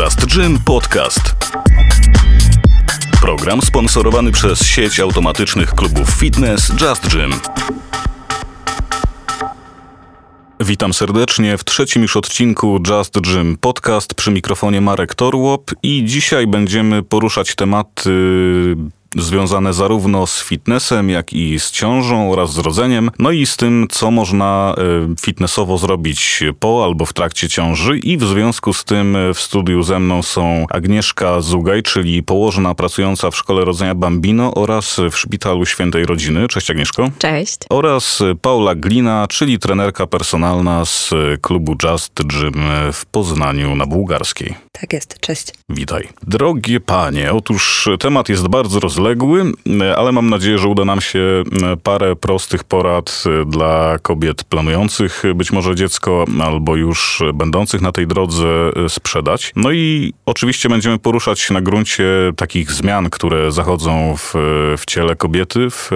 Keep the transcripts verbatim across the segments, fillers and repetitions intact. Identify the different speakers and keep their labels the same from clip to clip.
Speaker 1: Just Gym Podcast. Program sponsorowany przez sieć automatycznych klubów fitness Just Gym. Witam serdecznie w trzecim już odcinku Just Gym Podcast, przy mikrofonie Marek Torłop i dzisiaj będziemy poruszać tematy związane zarówno z fitnessem, jak i z ciążą oraz z rodzeniem, no i z tym, co można fitnessowo zrobić po albo w trakcie ciąży. I w związku z tym w studiu ze mną są Agnieszka Zugaj, czyli położna pracująca w Szkole Rodzenia Bambino oraz w Szpitalu Świętej Rodziny. Cześć Agnieszko.
Speaker 2: Cześć.
Speaker 1: Oraz Paula Glina, czyli trenerka personalna z klubu Just Gym w Poznaniu na Bułgarskiej.
Speaker 3: Tak jest, cześć.
Speaker 1: Witaj. Drogie panie, otóż temat jest bardzo rozległy, ale mam nadzieję, że uda nam się parę prostych porad dla kobiet planujących być może dziecko albo już będących na tej drodze sprzedać. No i oczywiście będziemy poruszać się na gruncie takich zmian, które zachodzą w, w ciele kobiety w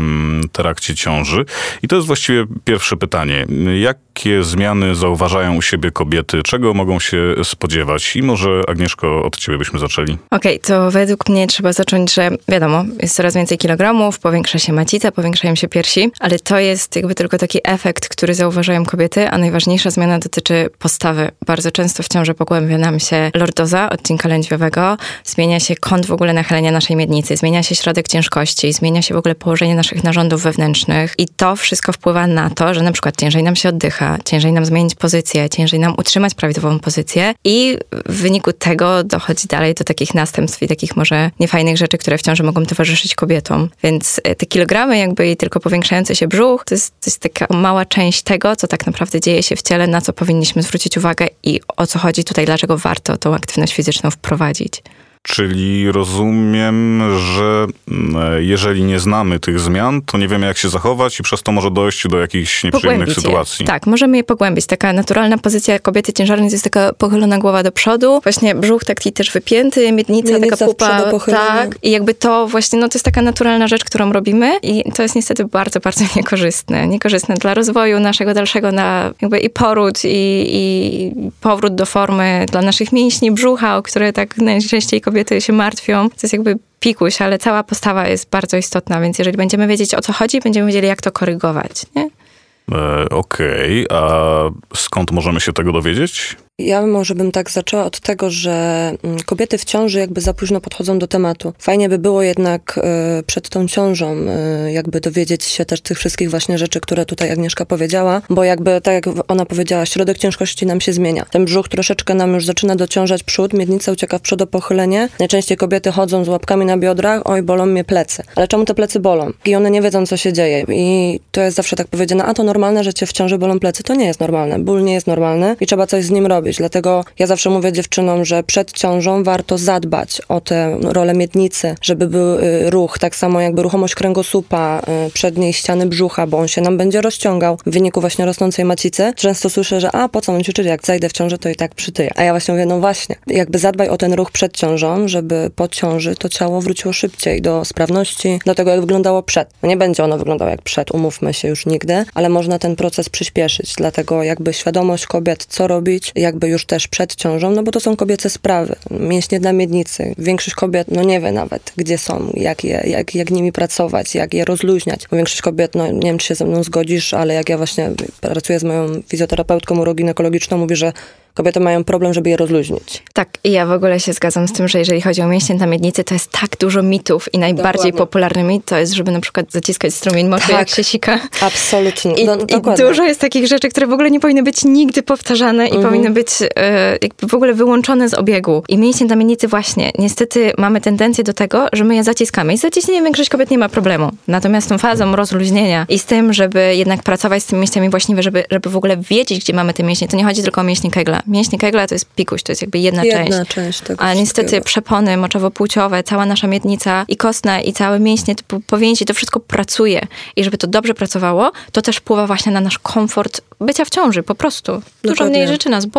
Speaker 1: trakcie ciąży. I to jest właściwie pierwsze pytanie. Jakie zmiany zauważają u siebie kobiety? Czego mogą się spodziewać? I może, Agnieszko, od ciebie byśmy zaczęli.
Speaker 2: Okej, okay, to według mnie trzeba zacząć, że wiadomo, jest coraz więcej kilogramów, powiększa się macica, powiększają się piersi, ale to jest jakby tylko taki efekt, który zauważają kobiety, a najważniejsza zmiana dotyczy postawy. Bardzo często w ciąży pogłębia nam się lordoza, odcinka lędźwiowego, zmienia się kąt w ogóle nachylenia naszej miednicy, zmienia się środek ciężkości, zmienia się w ogóle położenie naszych narządów wewnętrznych i to wszystko wpływa na to, że na przykład ciężej nam się oddycha, ciężej nam zmienić pozycję, ciężej nam utrzymać prawidłową pozycję i w wyniku tego dochodzi dalej do takich następstw i takich może niefajnych rzeczy, które w ciąży mogą towarzyszyć kobietom. Więc te kilogramy jakby i tylko powiększający się brzuch, to jest, to jest taka mała część tego, co tak naprawdę dzieje się w ciele, na co powinniśmy zwrócić uwagę i o co chodzi tutaj, dlaczego warto tą aktywność fizyczną wprowadzić.
Speaker 1: Czyli rozumiem, że jeżeli nie znamy tych zmian, to nie wiemy, jak się zachować i przez to może dojść do jakichś nieprzyjemnych sytuacji.
Speaker 2: Tak, możemy je pogłębić. Taka naturalna pozycja kobiety ciężarnej to jest taka pochylona głowa do przodu, właśnie brzuch taki też wypięty, miednica, miednica taka pupa. Tak, i jakby to właśnie, no to jest taka naturalna rzecz, którą robimy i to jest niestety bardzo, bardzo niekorzystne. Niekorzystne dla rozwoju naszego dalszego na jakby i poród, i, i powrót do formy dla naszych mięśni, brzucha, o które tak najczęściej kobiety się martwią. To jest jakby pikuś, ale cała postawa jest bardzo istotna, więc jeżeli będziemy wiedzieć, o co chodzi, będziemy wiedzieli, jak to korygować, nie?
Speaker 1: E, Okej, okay. A skąd możemy się tego dowiedzieć?
Speaker 3: Ja może bym tak zaczęła od tego, że kobiety w ciąży jakby za późno podchodzą do tematu. Fajnie by było jednak y, przed tą ciążą y, jakby dowiedzieć się też tych wszystkich właśnie rzeczy, które tutaj Agnieszka powiedziała, bo jakby tak jak ona powiedziała, środek ciężkości nam się zmienia. Ten brzuch troszeczkę nam już zaczyna dociążać przód, miednica ucieka w przód o pochylenie. Najczęściej kobiety chodzą z łapkami na biodrach, oj, bolą mnie plecy. Ale czemu te plecy bolą? I one nie wiedzą, co się dzieje. I to jest zawsze tak powiedziane, a to normalne, że cię w ciąży bolą plecy. To nie jest normalne. Ból nie jest normalny i trzeba coś z nim robić. Dlatego ja zawsze mówię dziewczynom, że przed ciążą warto zadbać o tę rolę miednicy, żeby był ruch, tak samo jakby ruchomość kręgosłupa, przedniej ściany brzucha, bo on się nam będzie rozciągał w wyniku właśnie rosnącej macicy. Często słyszę, że a po co mam ćwiczyć, jak zajdę w ciążę, to i tak przytyję. A ja właśnie mówię, no właśnie, jakby zadbaj o ten ruch przed ciążą, żeby po ciąży to ciało wróciło szybciej do sprawności, do tego jak wyglądało przed. No nie będzie ono wyglądało jak przed, umówmy się już nigdy, ale można ten proces przyspieszyć, dlatego jakby świadomość kobiet, co robić, jakby już też przed ciążą, no bo to są kobiece sprawy. Mięśnie dla miednicy. Większość kobiet, no nie wie nawet, gdzie są, jak, je, jak, jak nimi pracować, jak je rozluźniać. Bo większość kobiet, no nie wiem, czy się ze mną zgodzisz, ale jak ja właśnie pracuję z moją fizjoterapeutką uroginekologiczną, mówi, że kobiety mają problem, żeby je rozluźnić.
Speaker 2: Tak, i ja w ogóle się zgadzam z tym, że jeżeli chodzi o mięśnie na miednicy, to jest tak dużo mitów i najbardziej Dokładnie. popularny mit to jest, żeby na przykład zaciskać strumień moczy, tak, jak się sika.
Speaker 3: Absolutnie.
Speaker 2: I,
Speaker 3: no,
Speaker 2: I dużo jest takich rzeczy, które w ogóle nie powinny być nigdy powtarzane i mhm. powinny być e, jakby w ogóle wyłączone z obiegu. I mięśnie na miednicy właśnie, niestety mamy tendencję do tego, że my je zaciskamy. I z zaciśnieniem większość kobiet nie ma problemu. Natomiast tą fazą rozluźnienia i z tym, żeby jednak pracować z tymi mięśniami właściwie, żeby, żeby w ogóle wiedzieć, gdzie mamy te mięśnie, to nie chodzi tylko o mięśnie Kegla. Mięśnie Kegla to jest pikuś, to jest jakby jedna,
Speaker 3: jedna
Speaker 2: część.
Speaker 3: część tego
Speaker 2: A niestety
Speaker 3: wszystkiego.
Speaker 2: przepony moczowo-płciowe, cała nasza miednica i kostna i całe mięśnie, typu powięzi, to wszystko pracuje. I żeby to dobrze pracowało, to też wpływa właśnie na nasz komfort bycia w ciąży, po prostu. Dużo
Speaker 3: Dokładnie.
Speaker 2: mniej rzeczy nas boli.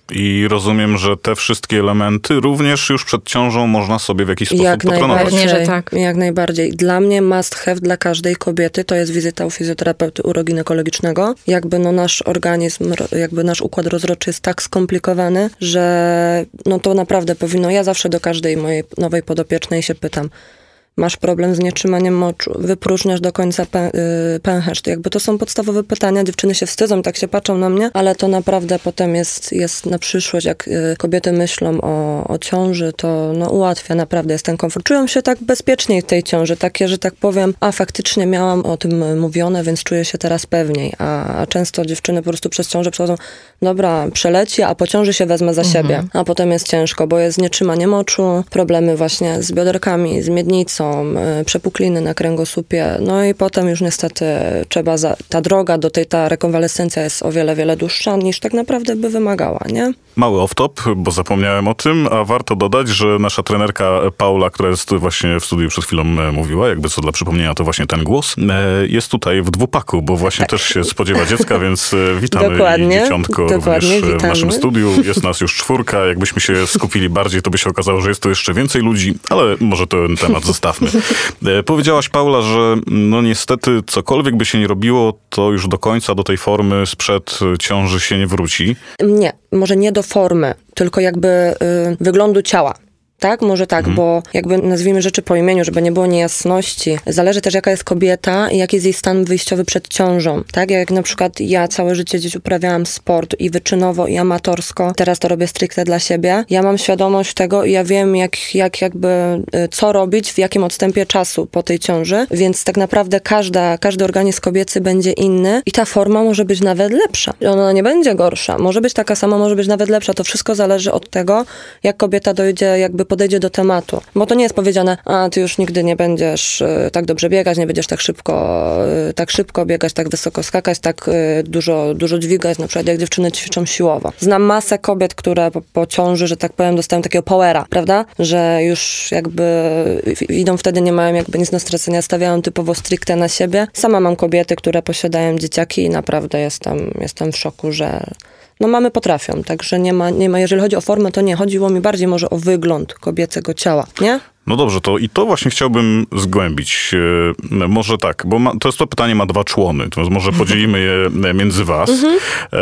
Speaker 1: I rozumiem, że te wszystkie elementy również już przed ciążą można sobie w jakiś sposób
Speaker 3: Jak
Speaker 1: potrenować.
Speaker 2: Pewnie, że tak.
Speaker 3: Jak najbardziej. Dla mnie must have dla każdej kobiety to jest wizyta u fizjoterapeuty uroginekologicznego. Jakby no nasz organizm, jakby nasz układ rozrodczy jest tak skomplikowany, że no to naprawdę powinno, ja zawsze do każdej mojej nowej podopiecznej się pytam, masz problem z nietrzymaniem moczu, wypróżniasz do końca pę, yy, pęcherz. Jakby to są podstawowe pytania, dziewczyny się wstydzą, tak się patrzą na mnie, ale to naprawdę potem jest, jest na przyszłość, jak yy, kobiety myślą o, o ciąży, to no, ułatwia, naprawdę jest ten komfort. Czują się tak bezpieczniej w tej ciąży, takie, że tak powiem, a faktycznie miałam o tym mówione, więc czuję się teraz pewniej, a, a często dziewczyny po prostu przez ciążę przechodzą, dobra, przeleci, a po ciąży się wezmę za mhm. siebie, a potem jest ciężko, bo jest nietrzymanie moczu, problemy właśnie z bioderkami, z miednicą, przepukliny na kręgosłupie, no i potem już niestety trzeba, za, ta droga do tej, ta rekonwalescencja jest o wiele, wiele dłuższa niż tak naprawdę by wymagała, nie?
Speaker 1: Mały off-top, bo zapomniałem o tym, a warto dodać, że nasza trenerka Paula, która jest właśnie w studiu przed chwilą mówiła, jakby co dla przypomnienia, to właśnie ten głos, jest tutaj w dwupaku, bo właśnie tak. też się spodziewa dziecka, więc witamy
Speaker 3: Dokładnie.
Speaker 1: i dzieciątko
Speaker 3: Dokładnie,
Speaker 1: również
Speaker 3: witamy.
Speaker 1: w naszym studiu. Jest nas już czwórka, jakbyśmy się skupili bardziej, to by się okazało, że jest tu jeszcze więcej ludzi, ale może ten temat zostawmy. Powiedziałaś, Paula, że no niestety cokolwiek by się nie robiło, to już do końca do tej formy sprzed ciąży się nie wróci.
Speaker 3: Nie, może nie do formy, tylko jakby y, wyglądu ciała. Tak? Może tak, mhm. bo jakby nazwijmy rzeczy po imieniu, żeby nie było niejasności. Zależy też, jaka jest kobieta i jaki jest jej stan wyjściowy przed ciążą. Tak? Jak na przykład ja całe życie gdzieś uprawiałam sport i wyczynowo, i amatorsko. Teraz to robię stricte dla siebie. Ja mam świadomość tego i ja wiem, jak, jak jakby, co robić, w jakim odstępie czasu po tej ciąży. Więc tak naprawdę każda, każdy organizm kobiecy będzie inny i ta forma może być nawet lepsza. Ona nie będzie gorsza. Może być taka sama, może być nawet lepsza. To wszystko zależy od tego, jak kobieta dojdzie jakby podejdzie do tematu. Bo to nie jest powiedziane, a ty już nigdy nie będziesz y, tak dobrze biegać, nie będziesz tak szybko, y, tak szybko biegać, tak wysoko skakać, tak y, dużo, dużo dźwigać, na przykład jak dziewczyny ćwiczą siłowo. Znam masę kobiet, które po, po ciąży, że tak powiem, dostają takiego powera, prawda? Że już jakby idą wtedy, nie mają jakby nic na stracenia, stawiają typowo stricte na siebie. Sama mam kobiety, które posiadają dzieciaki i naprawdę jestem, jestem w szoku, że no mamy potrafią, także nie ma, nie ma, jeżeli chodzi o formę, to nie, chodziło mi bardziej może o wygląd kobiecego ciała, nie?
Speaker 1: No dobrze, to i to właśnie chciałbym zgłębić. E, może tak, bo ma, to jest to pytanie ma dwa człony, to może podzielimy je między was. Mhm.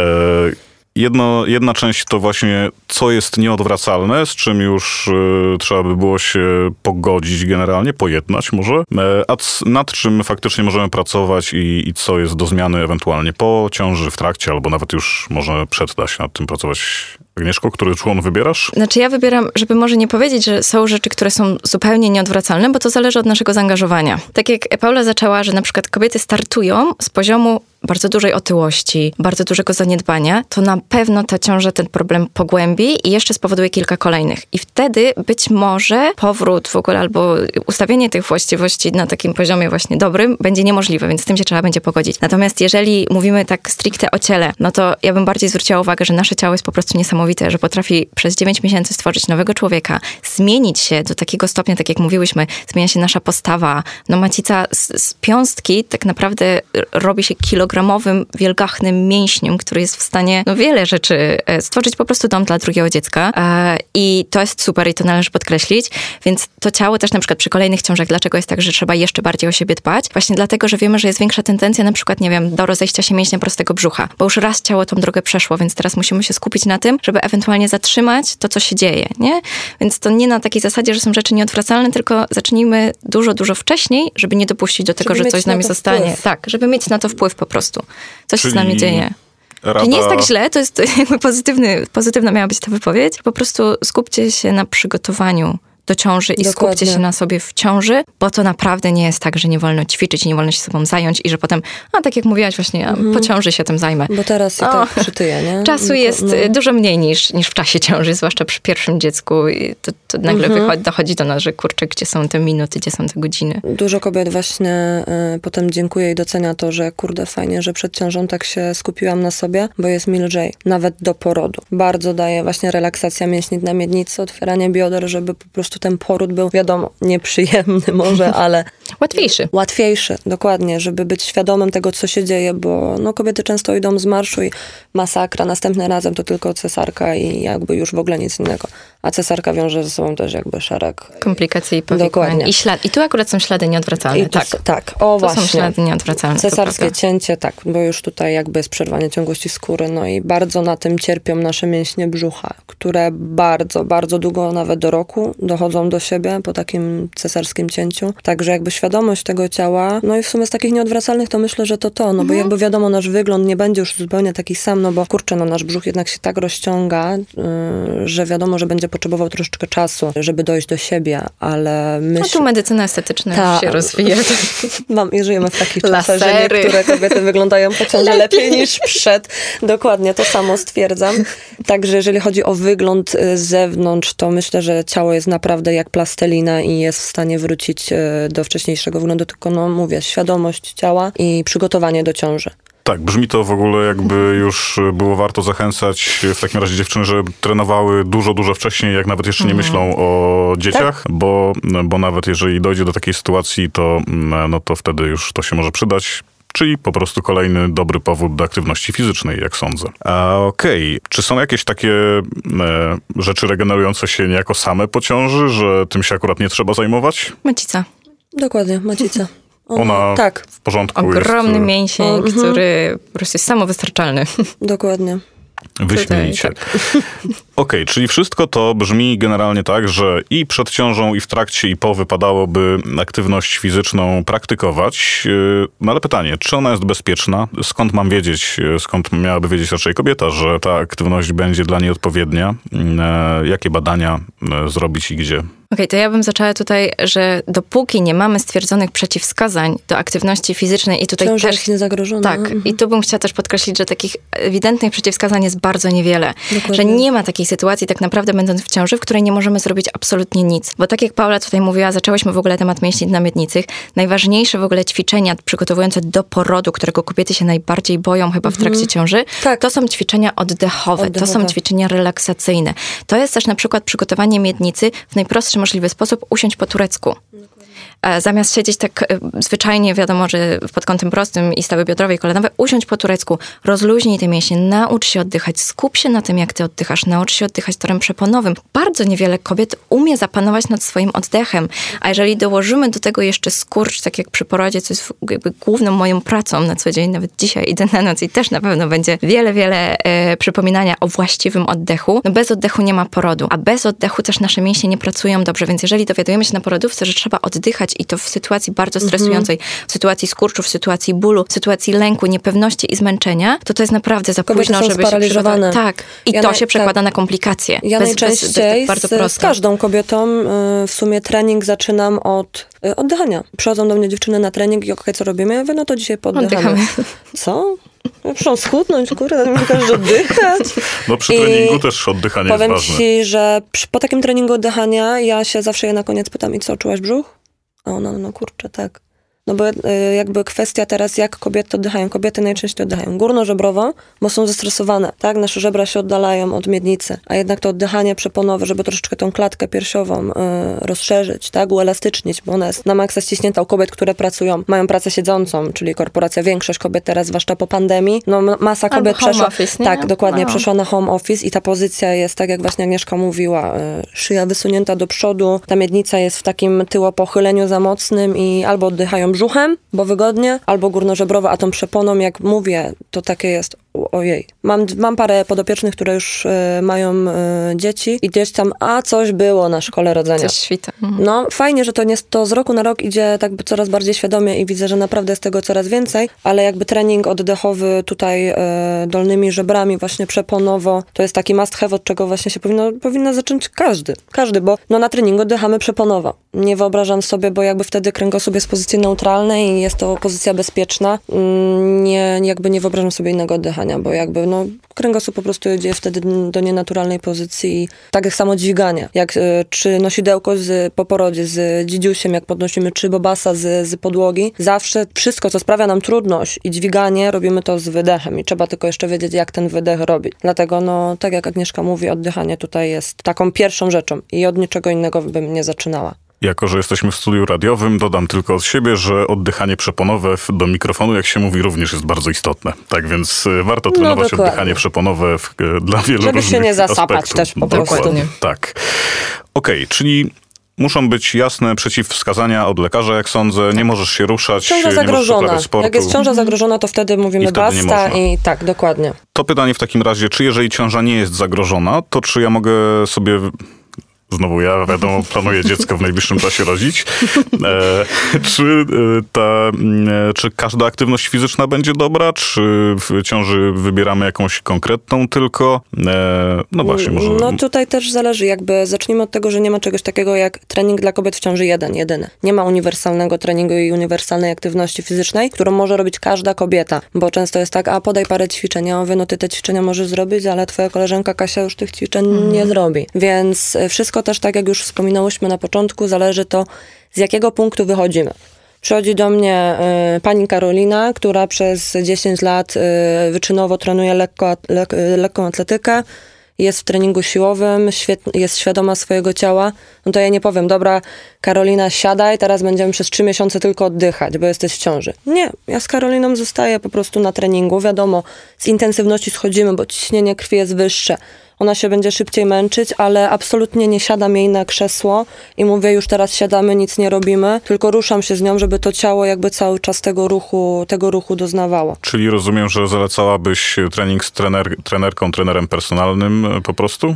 Speaker 1: E, Jedno, jedna część to właśnie, co jest nieodwracalne, z czym już y, trzeba by było się pogodzić generalnie, pojednać może, e, a c, nad czym faktycznie możemy pracować i, i co jest do zmiany ewentualnie po ciąży, w trakcie, albo nawet już może przed da się nad tym pracować. Agnieszko, który człon wybierasz?
Speaker 2: Znaczy ja wybieram, żeby może nie powiedzieć, że są rzeczy, które są zupełnie nieodwracalne, bo to zależy od naszego zaangażowania. Tak jak Paula zaczęła, że na przykład kobiety startują z poziomu bardzo dużej otyłości, bardzo dużego zaniedbania, to na pewno ta ciąża ten problem pogłębi i jeszcze spowoduje kilka kolejnych. I wtedy być może powrót w ogóle albo ustawienie tych właściwości na takim poziomie właśnie dobrym będzie niemożliwe, więc z tym się trzeba będzie pogodzić. Natomiast jeżeli mówimy tak stricte o ciele, no to ja bym bardziej zwróciła uwagę, że nasze ciało jest po prostu niesamowite, że potrafi przez dziewięć miesięcy stworzyć nowego człowieka, zmienić się do takiego stopnia, tak jak mówiłyśmy, zmienia się nasza postawa. No macica z, z piąstki tak naprawdę robi się kilogramowym, wielgachnym mięśniem, który jest w stanie no, wiele rzeczy stworzyć po prostu dom dla drugiego dziecka. I to jest super i to należy podkreślić. Więc to ciało też na przykład przy kolejnych ciążach, dlaczego jest tak, że trzeba jeszcze bardziej o siebie dbać? Właśnie dlatego, że wiemy, że jest większa tendencja na przykład, nie wiem, do rozejścia się mięśnia prostego brzucha, bo już raz ciało tą drogę przeszło, więc teraz musimy się skupić na tym, żeby ewentualnie zatrzymać to, co się dzieje, nie? Więc to nie na takiej zasadzie, że są rzeczy nieodwracalne, tylko zacznijmy dużo, dużo wcześniej, żeby nie dopuścić do tego, żeby że coś z nami zostanie. Wpływ. Tak, żeby mieć na to wpływ po prostu. Co się z nami dzieje. Rada... I nie jest tak źle, to jest jakby pozytywny, pozytywna miała być ta wypowiedź. Po prostu skupcie się na przygotowaniu do ciąży i Dokładnie. Skupcie się na sobie w ciąży, bo to naprawdę nie jest tak, że nie wolno ćwiczyć, nie wolno się sobą zająć i że potem, a tak jak mówiłaś właśnie, ja mm. po ciąży się tym zajmę.
Speaker 3: Bo teraz i tak przytyję, nie?
Speaker 2: Czasu no to, jest no. dużo mniej niż, niż w czasie ciąży, zwłaszcza przy pierwszym dziecku. I to, to nagle mm-hmm. wychodzi, dochodzi do nas, że kurczę, gdzie są te minuty, gdzie są te godziny.
Speaker 3: Dużo kobiet właśnie y, potem dziękuję i docenia to, że kurde, fajnie, że przed ciążą tak się skupiłam na sobie, bo jest mi lżej, nawet do porodu. Bardzo daje właśnie relaksacja mięśni na miednicy, otwieranie bioder, żeby po prostu prostu ten poród był, wiadomo, nieprzyjemny może, ale...
Speaker 2: Łatwiejszy.
Speaker 3: Łatwiejszy, dokładnie, żeby być świadomym tego, co się dzieje, bo no, kobiety często idą z marszu i masakra, następnym razem to tylko cesarka i jakby już w ogóle nic innego. A cesarka wiąże ze sobą też jakby szereg...
Speaker 2: Komplikacji i powikłań. I, ślad, I tu akurat są ślady nieodwracalne.
Speaker 3: I tu,
Speaker 2: tak,
Speaker 3: tak. O,
Speaker 2: to
Speaker 3: właśnie.
Speaker 2: są ślady nieodwracalne.
Speaker 3: Cesarskie cięcie, tak, bo już tutaj jakby jest przerwanie ciągłości skóry, no i bardzo na tym cierpią nasze mięśnie brzucha, które bardzo, bardzo długo, nawet do roku, dochodzą do siebie po takim cesarskim cięciu. Także jakby świadomość tego ciała, no i w sumie z takich nieodwracalnych to myślę, że to to, no mhm. bo jakby wiadomo, nasz wygląd nie będzie już zupełnie taki sam, no bo kurczę, no nasz brzuch jednak się tak rozciąga, yy, że wiadomo, że będzie potrzebował troszeczkę czasu, żeby dojść do siebie, ale myślę...
Speaker 2: No tu medycyna estetyczna
Speaker 3: ta,
Speaker 2: już się rozwija.
Speaker 3: Mam, i żyjemy w takich czasach, że
Speaker 2: Lasery.
Speaker 3: niektóre kobiety wyglądają po ciąży lepiej niż przed. Dokładnie, to samo stwierdzam. Także jeżeli chodzi o wygląd z zewnątrz, to myślę, że ciało jest naprawdę jak plastelina i jest w stanie wrócić do wcześniejszego wyglądu, tylko no mówię, świadomość ciała i przygotowanie do ciąży.
Speaker 1: Tak, brzmi to w ogóle jakby już było warto zachęcać w takim razie dziewczyny, żeby trenowały dużo, dużo wcześniej, jak nawet jeszcze nie myślą o dzieciach, tak. bo, bo nawet jeżeli dojdzie do takiej sytuacji, to, no to wtedy już to się może przydać. Czyli po prostu kolejny dobry powód do aktywności fizycznej, jak sądzę. A okej, okay. Czy są jakieś takie e, rzeczy regenerujące się niejako same po ciąży, że tym się akurat nie trzeba zajmować?
Speaker 2: Macica.
Speaker 3: Dokładnie, macica.
Speaker 1: Ona
Speaker 3: tak.
Speaker 1: w porządku
Speaker 2: Ogromny
Speaker 1: jest...
Speaker 2: mięsień, o, który po prostu jest samowystarczalny.
Speaker 3: Dokładnie.
Speaker 1: Wyśmienicie.
Speaker 2: Tak.
Speaker 1: Okej, okay, czyli wszystko to brzmi generalnie tak, że i przed ciążą, i w trakcie, i po wypadałoby aktywność fizyczną praktykować. No ale pytanie, czy ona jest bezpieczna? Skąd mam wiedzieć, skąd miałaby wiedzieć raczej kobieta, że ta aktywność będzie dla niej odpowiednia? Jakie badania zrobić i gdzie?
Speaker 2: Okej, okay, to ja bym zaczęła tutaj, że dopóki nie mamy stwierdzonych przeciwwskazań do aktywności fizycznej i tutaj
Speaker 3: ciąża
Speaker 2: też...
Speaker 3: jest niezagrożona.
Speaker 2: Tak, mhm. i tu bym chciała też podkreślić, że takich ewidentnych przeciwwskazań jest bardzo niewiele. Dokładnie. Że nie ma takiej sytuacji tak naprawdę będąc w ciąży, w której nie możemy zrobić absolutnie nic. Bo tak jak Paula tutaj mówiła, zaczęłyśmy w ogóle temat mięśni dna miednicy. Najważniejsze w ogóle ćwiczenia przygotowujące do porodu, którego kobiety się najbardziej boją chyba w trakcie mhm. ciąży, tak. to są ćwiczenia oddechowe, oddechowe, to są ćwiczenia relaksacyjne. To jest też na przykład przygotowanie miednicy w najprostszy możliwy sposób usiąść po turecku. Zamiast siedzieć tak zwyczajnie, wiadomo, że pod kątem prostym i stawy biodrowe i kolanowe, usiądź po turecku, rozluźnij te mięśnie, naucz się oddychać, skup się na tym, jak ty oddychasz, naucz się oddychać torem przeponowym. Bardzo niewiele kobiet umie zapanować nad swoim oddechem, a jeżeli dołożymy do tego jeszcze skurcz, tak jak przy porodzie, co jest jakby główną moją pracą na co dzień, nawet dzisiaj idę na noc i też na pewno będzie wiele, wiele e, przypominania o właściwym oddechu. No bez oddechu nie ma porodu, a bez oddechu też nasze mięśnie nie pracują dobrze, więc jeżeli dowiadujemy się na porodówce, że trzeba oddychać i to w sytuacji bardzo stresującej, w sytuacji skurczu, w sytuacji bólu, w sytuacji lęku, niepewności i zmęczenia, to to jest naprawdę za
Speaker 3: kobiety
Speaker 2: późno,
Speaker 3: są
Speaker 2: żeby się przygotować. Tak. I
Speaker 3: ja
Speaker 2: to
Speaker 3: na,
Speaker 2: się przekłada
Speaker 3: tak.
Speaker 2: na komplikacje.
Speaker 3: Ja
Speaker 2: bez,
Speaker 3: najczęściej
Speaker 2: bez, bez, bardzo
Speaker 3: z, z każdą kobietą w sumie trening zaczynam od oddychania. Przychodzą do mnie dziewczyny na trening i okej, okay, co robimy? Ja mówię, no to dzisiaj poddychamy. Oddychamy. Co? Muszą schudnąć, kurde, każesz oddychać.
Speaker 1: No przy treningu I też oddychanie jest ważne.
Speaker 3: Powiem ci, że przy, po takim treningu oddychania ja się zawsze je na koniec pytam, i co, czułaś brzuch? A ona, no kurczę, tak. No bo y, jakby kwestia teraz, jak kobiety oddychają. Kobiety najczęściej oddychają górnożebrowo, bo są zestresowane, tak? Nasze żebra się oddalają od miednicy, a jednak to oddychanie przeponowe, żeby troszeczkę tą klatkę piersiową y, rozszerzyć, tak? Uelastycznić, bo ona jest na maksa ściśnięta u kobiet, które pracują, mają pracę siedzącą, czyli korporacja, większość kobiet teraz, zwłaszcza po pandemii, no masa kobiet
Speaker 2: Albo home
Speaker 3: przeszła,
Speaker 2: office, nie?
Speaker 3: tak, dokładnie,
Speaker 2: no.
Speaker 3: przeszła na home office i ta pozycja jest, tak jak właśnie Agnieszka mówiła, y, szyja wysunięta do przodu, ta miednica jest w takim tyłopochyleniu za mocnym i albo oddychają brzuchem, bo wygodnie, albo górnożebrowo, a tą przeponą, jak mówię, to takie jest, ojej. Mam, mam parę podopiecznych, które już y, mają y, dzieci i gdzieś tam, a coś było na szkole rodzenia.
Speaker 2: Coś świta. Mhm.
Speaker 3: No, fajnie, że to, nie, to z roku na rok idzie tak coraz bardziej świadomie i widzę, że naprawdę jest tego coraz więcej, ale jakby trening oddechowy tutaj y, dolnymi żebrami, właśnie przeponowo, to jest taki must have, od czego właśnie się powinno, powinno zacząć każdy. Każdy, bo no, na treningu oddychamy przeponowo. Nie wyobrażam sobie, bo jakby wtedy kręgosłup jest w pozycji neutralnej i jest to pozycja bezpieczna. Nie, jakby nie wyobrażam sobie innego oddychania. oddychania, bo jakby no kręgosłup po prostu idzie wtedy do nienaturalnej pozycji. Tak jak samo dźwiganie. Jak y, czy nosidełko z, po porodzie z dzidziusiem, jak podnosimy, czy bobasa z, z podłogi. Zawsze wszystko, co sprawia nam trudność i dźwiganie, robimy to z wydechem i trzeba tylko jeszcze wiedzieć, jak ten wydech robić. Dlatego, no, tak jak Agnieszka mówi, oddychanie tutaj jest taką pierwszą rzeczą i od niczego innego bym nie zaczynała.
Speaker 1: Jako że jesteśmy w studiu radiowym, dodam tylko od siebie, że oddychanie przeponowe do mikrofonu, jak się mówi, również jest bardzo istotne. Tak więc warto trenować no, oddychanie przeponowe w, dla wielu
Speaker 3: Żeby
Speaker 1: różnych
Speaker 3: się nie zasapać
Speaker 1: aspektów.
Speaker 3: też po prostu.
Speaker 1: Dokładnie. Tak. Okej, okay, czyli muszą być jasne przeciwwskazania od lekarza, jak sądzę. Nie możesz się ruszać,
Speaker 3: ciąża
Speaker 1: nie
Speaker 3: zagrożona.
Speaker 1: możesz sportu.
Speaker 3: Jak jest ciąża zagrożona, to wtedy mówimy
Speaker 1: I wtedy
Speaker 3: basta i tak, dokładnie.
Speaker 1: To pytanie w takim razie, czy jeżeli ciąża nie jest zagrożona, to czy ja mogę sobie... Znowu ja, wiadomo, planuję dziecko w najbliższym czasie rodzić. E, czy, ta, e, czy każda aktywność fizyczna będzie dobra? Czy w ciąży wybieramy jakąś konkretną tylko? E, no właśnie, może...
Speaker 3: No tutaj też zależy. Jakby zacznijmy od tego, że nie ma czegoś takiego jak trening dla kobiet w ciąży jeden, jedyny. Nie ma uniwersalnego treningu i uniwersalnej aktywności fizycznej, którą może robić każda kobieta. Bo często jest tak, a podaj parę ćwiczeń. Ja mówię, no ty te ćwiczenia możesz zrobić, ale twoja koleżanka Kasia już tych ćwiczeń mm. nie zrobi. Więc wszystko też, tak jak już wspominałyśmy na początku, zależy to, z jakiego punktu wychodzimy. Przychodzi do mnie y, pani Karolina, która przez dziesięć lat y, wyczynowo trenuje lekko, lek, lekką atletykę, jest w treningu siłowym, świet, jest świadoma swojego ciała, no to ja nie powiem, dobra, Karolina, siadaj, teraz będziemy przez trzy miesiące tylko oddychać, bo jesteś w ciąży. Nie, ja z Karoliną zostaję po prostu na treningu. Wiadomo, z intensywności schodzimy, bo ciśnienie krwi jest wyższe. Ona się będzie szybciej męczyć, ale absolutnie nie siadam jej na krzesło i mówię, już teraz siadamy, nic nie robimy, tylko ruszam się z nią, żeby to ciało jakby cały czas tego ruchu, tego ruchu doznawało.
Speaker 1: Czyli rozumiem, że zalecałabyś trening z trener, trenerką, trenerem personalnym po prostu?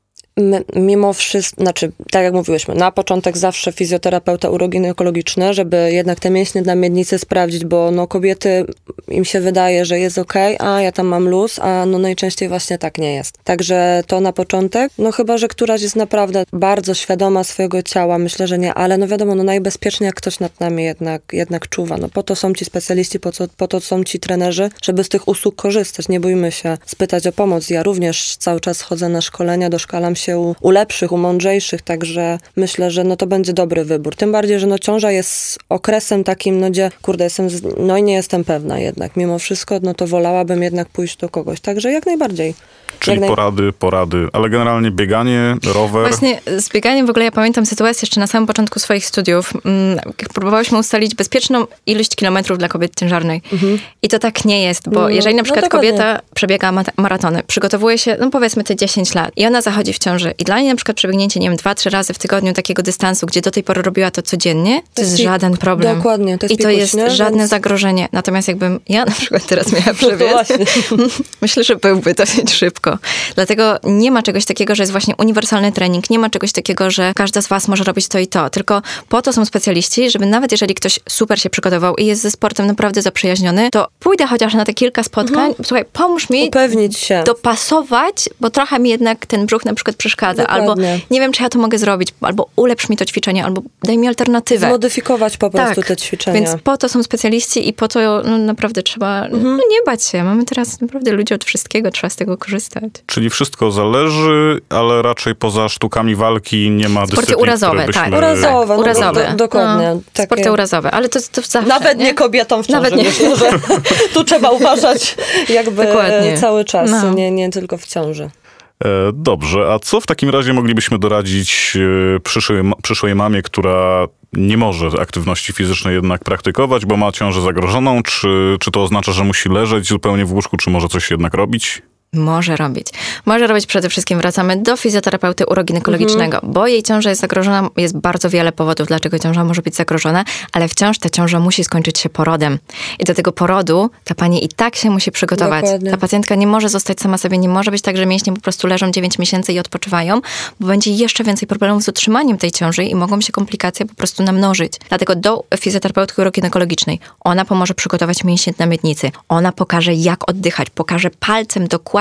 Speaker 3: My, mimo wszystko, znaczy, tak jak mówiłyśmy, na początek zawsze fizjoterapeuta uroginekologiczny, żeby jednak te mięśnie dla miednicy sprawdzić, bo no kobiety, im się wydaje, że jest okej, okay, a ja tam mam luz, a no najczęściej właśnie tak nie jest. Także to na początek, no chyba, że któraś jest naprawdę bardzo świadoma swojego ciała, myślę, że nie, ale no wiadomo, no najbezpieczniej jak ktoś nad nami jednak, jednak czuwa. No po to są ci specjaliści, po, co, po to są ci trenerzy, żeby z tych usług korzystać. Nie bójmy się spytać o pomoc. Ja również cały czas chodzę na szkolenia, doszkalam się u, u lepszych, u mądrzejszych, także myślę, że no to będzie dobry wybór. Tym bardziej, że no ciąża jest okresem takim, no gdzie, kurde, jestem, z, no i nie jestem pewna jednak. Mimo wszystko, no to wolałabym jednak pójść do kogoś. Także jak najbardziej.
Speaker 1: Czyli
Speaker 3: jak
Speaker 1: porady, naj... porady, ale generalnie bieganie, rower...
Speaker 2: Właśnie z bieganiem w ogóle ja pamiętam sytuację jeszcze na samym początku swoich studiów. Jak próbowałyśmy ustalić bezpieczną ilość kilometrów dla kobiety ciężarnej. Mhm. I to tak nie jest, bo mhm. jeżeli na przykład no kobieta przebiega maratony, przygotowuje się, no powiedzmy te dziesięć lat i ona zachodzi w ciąży i dla niej na przykład przebiegnięcie, nie wiem, dwa, trzy razy w tygodniu takiego dystansu, gdzie do tej pory robiła to codziennie, to, to jest, jest żaden problem.
Speaker 3: Dokładnie. To jest
Speaker 2: I to
Speaker 3: pikuś,
Speaker 2: jest
Speaker 3: nie?
Speaker 2: żadne Więc... zagrożenie. Natomiast jakbym ja na przykład teraz miała przebiec, myślę, że byłby dosyć szybko. Dlatego nie ma czegoś takiego, że jest właśnie uniwersalny trening, nie ma czegoś takiego, że każda z was może robić to i to, tylko po to są specjaliści, żeby nawet jeżeli ktoś super się przygotował i jest ze sportem naprawdę zaprzyjaźniony, to pójdę chociaż na te kilka spotkań, mhm. słuchaj, pomóż mi
Speaker 3: upewnić się,
Speaker 2: dopasować, bo trochę mi jednak ten brzuch na przykład przeszkadza,
Speaker 3: Dokładnie.
Speaker 2: albo nie wiem, czy ja to mogę zrobić, albo ulepsz mi to ćwiczenie, albo daj mi alternatywę.
Speaker 3: Zmodyfikować po prostu
Speaker 2: tak.
Speaker 3: te ćwiczenia.
Speaker 2: Więc po to są specjaliści i po to no, naprawdę trzeba mhm. no, nie bać się. Mamy teraz naprawdę ludzi od wszystkiego, trzeba z tego korzystać.
Speaker 1: Czyli wszystko zależy, ale raczej poza sztukami walki nie ma
Speaker 2: Sporty
Speaker 1: dyscyplin,
Speaker 2: urazowe,
Speaker 1: byśmy...
Speaker 3: tak. Urazowe, no,
Speaker 2: urazowe.
Speaker 3: Do, dokładnie.
Speaker 2: No,
Speaker 3: takie...
Speaker 2: Sporty urazowe, ale to, to zawsze.
Speaker 3: Nawet nie,
Speaker 2: nie
Speaker 3: kobietom w ciąży,
Speaker 2: Nawet nie.
Speaker 3: myślę, że tu trzeba uważać jakby
Speaker 2: Dokładnie.
Speaker 3: cały czas,
Speaker 2: no.
Speaker 3: nie, nie tylko w ciąży.
Speaker 1: Dobrze, a co w takim razie moglibyśmy doradzić przyszłej, przyszłej mamie, która nie może aktywności fizycznej jednak praktykować, bo ma ciążę zagrożoną? Czy, czy to oznacza, że musi leżeć zupełnie w łóżku, czy może coś jednak robić?
Speaker 2: Może robić. Może robić przede wszystkim, wracamy do fizjoterapeuty uroginekologicznego, mhm. bo jej ciąża jest zagrożona, jest bardzo wiele powodów, dlaczego ciąża może być zagrożona, ale wciąż ta ciąża musi skończyć się porodem. I do tego porodu ta pani i tak się musi przygotować. Dokładnie. Ta pacjentka nie może zostać sama sobie, nie może być tak, że mięśnie po prostu leżą dziewięć miesięcy i odpoczywają, bo będzie jeszcze więcej problemów z utrzymaniem tej ciąży i mogą się komplikacje po prostu namnożyć. Dlatego do fizjoterapeutki uroginekologicznej ona pomoże przygotować mięśnie na miednicy. Ona pokaże, jak oddychać, pokaże palcem dokładnie,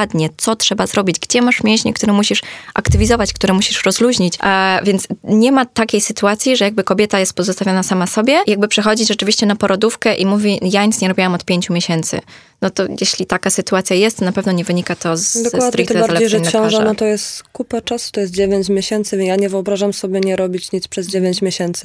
Speaker 2: dokładnie, co trzeba zrobić, gdzie masz mięśnie, które musisz aktywizować, które musisz rozluźnić. A, więc nie ma takiej sytuacji, że jakby kobieta jest pozostawiona sama sobie, jakby przechodzi rzeczywiście na porodówkę i mówi, ja nic nie robiłam od pięciu miesięcy. No to jeśli taka sytuacja jest, to na pewno nie wynika to z
Speaker 3: Dokładnie,
Speaker 2: stricte
Speaker 3: tym bardziej,
Speaker 2: zaleceń
Speaker 3: że ciąża,
Speaker 2: lekarza.
Speaker 3: no to jest kupa czasu, to jest dziewięć miesięcy. Ja nie wyobrażam sobie nie robić nic przez dziewięć miesięcy.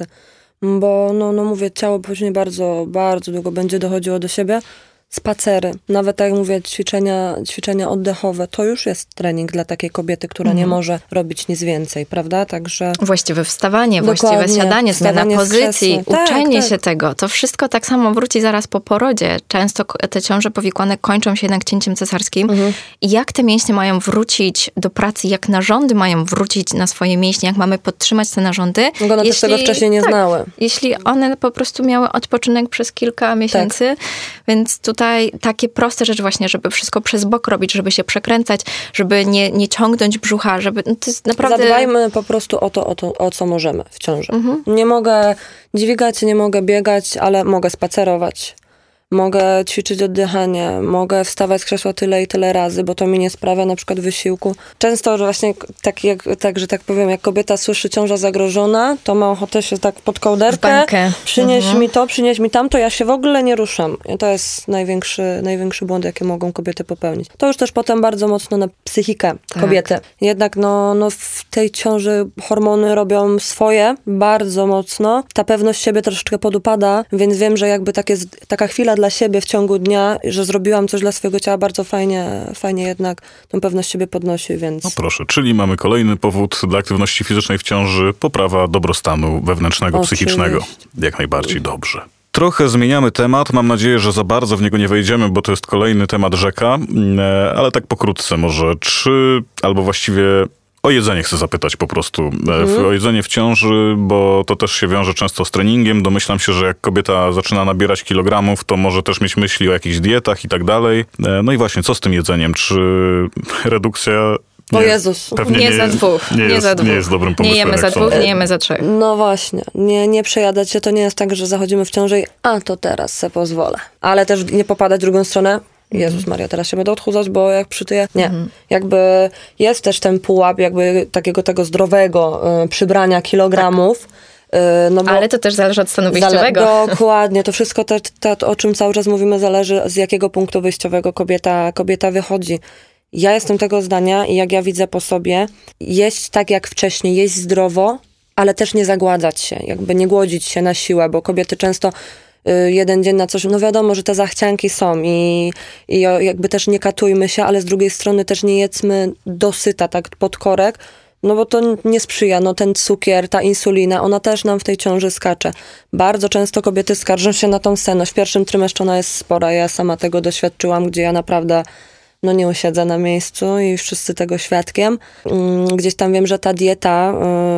Speaker 3: Bo, no, no mówię, ciało później bardzo, bardzo długo będzie dochodziło do siebie. Spacery, nawet tak jak mówię, ćwiczenia, ćwiczenia oddechowe, to już jest trening dla takiej kobiety, która mhm. nie może robić nic więcej, prawda? Także...
Speaker 2: Właściwe wstawanie,
Speaker 3: Dokładnie.
Speaker 2: właściwe siadanie, zmiana
Speaker 3: Wstawanie z
Speaker 2: pozycji,
Speaker 3: krzesła.
Speaker 2: uczenie
Speaker 3: tak, tak.
Speaker 2: się tego. To wszystko tak samo wróci zaraz po porodzie. Często te ciąże powikłane kończą się jednak cięciem cesarskim. Mhm. I jak te mięśnie mają wrócić do pracy, jak narządy mają wrócić na swoje mięśnie, jak mamy podtrzymać te narządy.
Speaker 3: No one też tego wcześniej nie
Speaker 2: tak,
Speaker 3: znały.
Speaker 2: Jeśli one po prostu miały odpoczynek przez kilka miesięcy, tak. więc tutaj takie proste rzeczy właśnie, żeby wszystko przez bok robić, żeby się przekręcać, żeby nie, nie ciągnąć brzucha, żeby... No to jest naprawdę...
Speaker 3: Zadbajmy po prostu o to, o to, o co możemy w ciąży. Mhm. Nie mogę dźwigać, nie mogę biegać, ale mogę spacerować. Mogę ćwiczyć oddychanie, mogę wstawać z krzesła tyle i tyle razy, bo to mi nie sprawia na przykład wysiłku. Często właśnie tak, jak, tak, że tak powiem, jak kobieta słyszy ciąża zagrożona, to ma ochotę się tak pod kołderkę, przynieś mhm. mi to, przynieś mi tamto, ja się w ogóle nie ruszam. I to jest największy, największy błąd, jaki mogą kobiety popełnić. To już też potem bardzo mocno na psychikę tak. kobiety. Jednak no, no w tej ciąży hormony robią swoje bardzo mocno. Ta pewność siebie troszeczkę podupada, więc wiem, że jakby takie, taka chwila dla siebie w ciągu dnia, że zrobiłam coś dla swojego ciała, bardzo fajnie, fajnie jednak tą pewność siebie podnosi, więc...
Speaker 1: No proszę, czyli mamy kolejny powód dla aktywności fizycznej w ciąży, poprawa dobrostanu wewnętrznego, Oczywiście. psychicznego. Jak najbardziej dobrze. Trochę zmieniamy temat, mam nadzieję, że za bardzo w niego nie wejdziemy, bo to jest kolejny temat rzeka, ale tak pokrótce może, czy, albo właściwie... O jedzenie chcę zapytać po prostu. Mhm. O jedzenie w ciąży, bo to też się wiąże często z treningiem. Domyślam się, że jak kobieta zaczyna nabierać kilogramów, to może też mieć myśli o jakichś dietach i tak dalej. No i właśnie, co z tym jedzeniem? Czy redukcja...
Speaker 3: Nie, o Jezus.
Speaker 2: Nie, nie za dwóch.
Speaker 1: Nie,
Speaker 2: nie
Speaker 1: jest,
Speaker 2: za dwóch.
Speaker 1: Nie jest dobrym pomysłem.
Speaker 2: Nie jemy za dwóch, nie jemy za trzech.
Speaker 3: No właśnie. Nie, nie przejadać się. To nie jest tak, że zachodzimy w ciąży i a to teraz se pozwolę. Ale też nie popadać w drugą stronę. Jezus Maria, teraz się będę odchudzać, bo jak przytyję... Nie. Mhm. Jakby jest też ten pułap jakby takiego tego zdrowego y, przybrania kilogramów.
Speaker 2: Tak. Y, no bo Ale to też zależy od stanu wyjściowego.
Speaker 3: Zale- dokładnie. To wszystko, te, te, to, o czym cały czas mówimy, zależy z jakiego punktu wyjściowego kobieta, kobieta wychodzi. Ja jestem tego zdania i jak ja widzę po sobie, jeść tak jak wcześniej, jeść zdrowo, ale też nie zagładzać się, jakby nie głodzić się na siłę, bo kobiety często jeden dzień na coś, no wiadomo, że te zachcianki są i, i jakby też nie katujmy się, ale z drugiej strony też nie jedzmy dosyta, tak pod korek, no bo to nie sprzyja, no ten cukier, ta insulina, ona też nam w tej ciąży skacze. Bardzo często kobiety skarżą się na tą senność. W pierwszym trymestrze ona jest spora, ja sama tego doświadczyłam, gdzie ja naprawdę no nie usiedzę na miejscu i wszyscy tego świadkiem. Gdzieś tam wiem, że ta dieta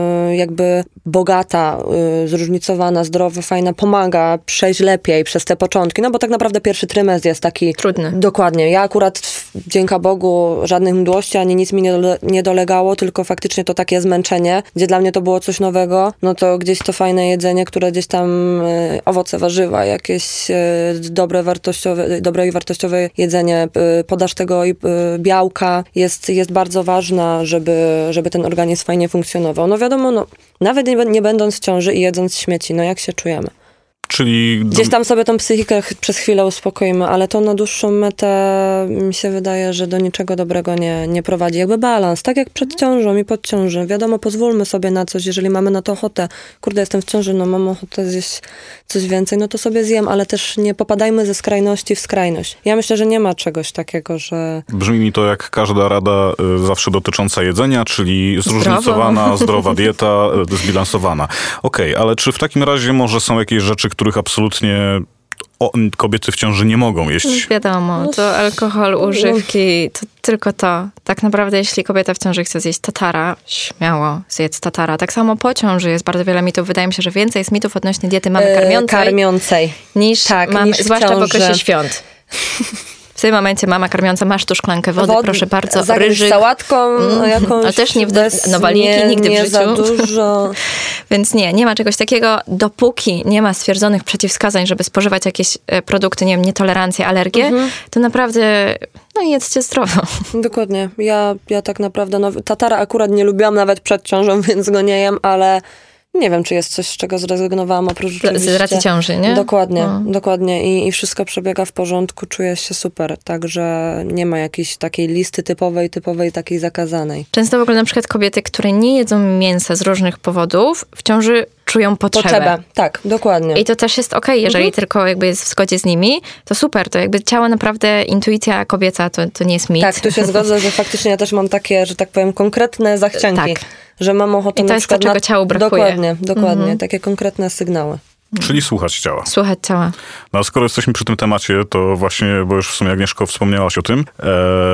Speaker 3: jakby bogata, zróżnicowana, zdrowa, fajna, pomaga przejść lepiej przez te początki, no bo tak naprawdę pierwszy trymestr jest taki...
Speaker 2: Trudny. Dokładnie.
Speaker 3: Ja akurat, dzięki Bogu, żadnych mdłości, ani nic mi nie, dole, nie dolegało, tylko faktycznie to takie zmęczenie, gdzie dla mnie to było coś nowego, no to gdzieś to fajne jedzenie, które gdzieś tam owoce, warzywa, jakieś dobre, wartościowe, dobre i wartościowe jedzenie, podaż tego i białka jest, jest bardzo ważna, żeby, żeby ten organizm fajnie funkcjonował. No wiadomo, no, nawet nie, nie będąc w ciąży i jedząc śmieci, no jak się czujemy?
Speaker 1: Czyli...
Speaker 3: Gdzieś tam sobie tą psychikę przez chwilę uspokoimy, ale to na dłuższą metę mi się wydaje, że do niczego dobrego nie, nie prowadzi. Jakby balans, tak jak przed ciążą i pod ciążą. Wiadomo, pozwólmy sobie na coś, jeżeli mamy na to ochotę. Kurde, jestem w ciąży, no mam ochotę zjeść coś więcej, no to sobie zjem, ale też nie popadajmy ze skrajności w skrajność. Ja myślę, że nie ma czegoś takiego, że...
Speaker 1: Brzmi mi to jak każda rada y, zawsze dotycząca jedzenia, czyli zróżnicowana, zdrowa, zdrowa dieta, y, zbilansowana. Okej, okay, ale czy w takim razie może są jakieś rzeczy, których absolutnie o, kobiety w ciąży nie mogą jeść?
Speaker 2: Wiadomo, to alkohol, używki, to tylko to. Tak naprawdę, jeśli kobieta w ciąży chce zjeść tatara, śmiało zjedz tatara. Tak samo po ciąży jest bardzo wiele mitów. Wydaje mi się, że więcej jest mitów odnośnie diety mamy karmiącej,
Speaker 3: yy, karmiącej.
Speaker 2: niż,
Speaker 3: tak,
Speaker 2: mamy,
Speaker 3: niż
Speaker 2: zwłaszcza
Speaker 3: ciąży.
Speaker 2: w okresie świąt. W tym momencie mama karmiąca, masz tu szklankę wody, wody proszę bardzo, ryżyk.
Speaker 3: Z sałatką
Speaker 2: mm,
Speaker 3: jakąś.
Speaker 2: Ale też nie w no waliki,
Speaker 3: nie,
Speaker 2: nigdy
Speaker 3: nie
Speaker 2: w życiu.
Speaker 3: za dużo.
Speaker 2: Więc nie, nie ma czegoś takiego, dopóki nie ma stwierdzonych przeciwwskazań, żeby spożywać jakieś produkty, nie wiem, nietolerancje, alergie, mhm. to naprawdę, no jedzcie zdrowo.
Speaker 3: Dokładnie. Ja, ja tak naprawdę, no tatara akurat nie lubiłam nawet przed ciążą, więc go nie jem, ale nie wiem, czy jest coś, z czego zrezygnowałam oprócz oczywiście...
Speaker 2: Z racji ciąży, nie?
Speaker 3: Dokładnie, no. dokładnie. I, I wszystko przebiega w porządku, czuję się super. Także nie ma jakiejś takiej listy typowej, typowej takiej zakazanej.
Speaker 2: Często w ogóle na przykład kobiety, które nie jedzą mięsa z różnych powodów, w ciąży czują potrzebę.
Speaker 3: Potrzebę, tak, dokładnie.
Speaker 2: I to też jest okej, okay, jeżeli mhm. tylko jakby jest w zgodzie z nimi, to super, to jakby ciało naprawdę, intuicja kobieca, to, to nie jest mit.
Speaker 3: Tak, tu się zgodzę, że faktycznie ja też mam takie, że tak powiem, konkretne zachcianki. Tak. Że mam ochotę
Speaker 2: I to
Speaker 3: na
Speaker 2: jest to, czego
Speaker 3: na...
Speaker 2: ciału brakuje.
Speaker 3: Dokładnie, dokładnie. Mhm. Takie konkretne sygnały.
Speaker 1: Czyli słuchać ciała.
Speaker 2: Słuchać ciała.
Speaker 1: No a skoro jesteśmy przy tym temacie, to właśnie, bo już w sumie Agnieszko wspomniałaś o tym, e,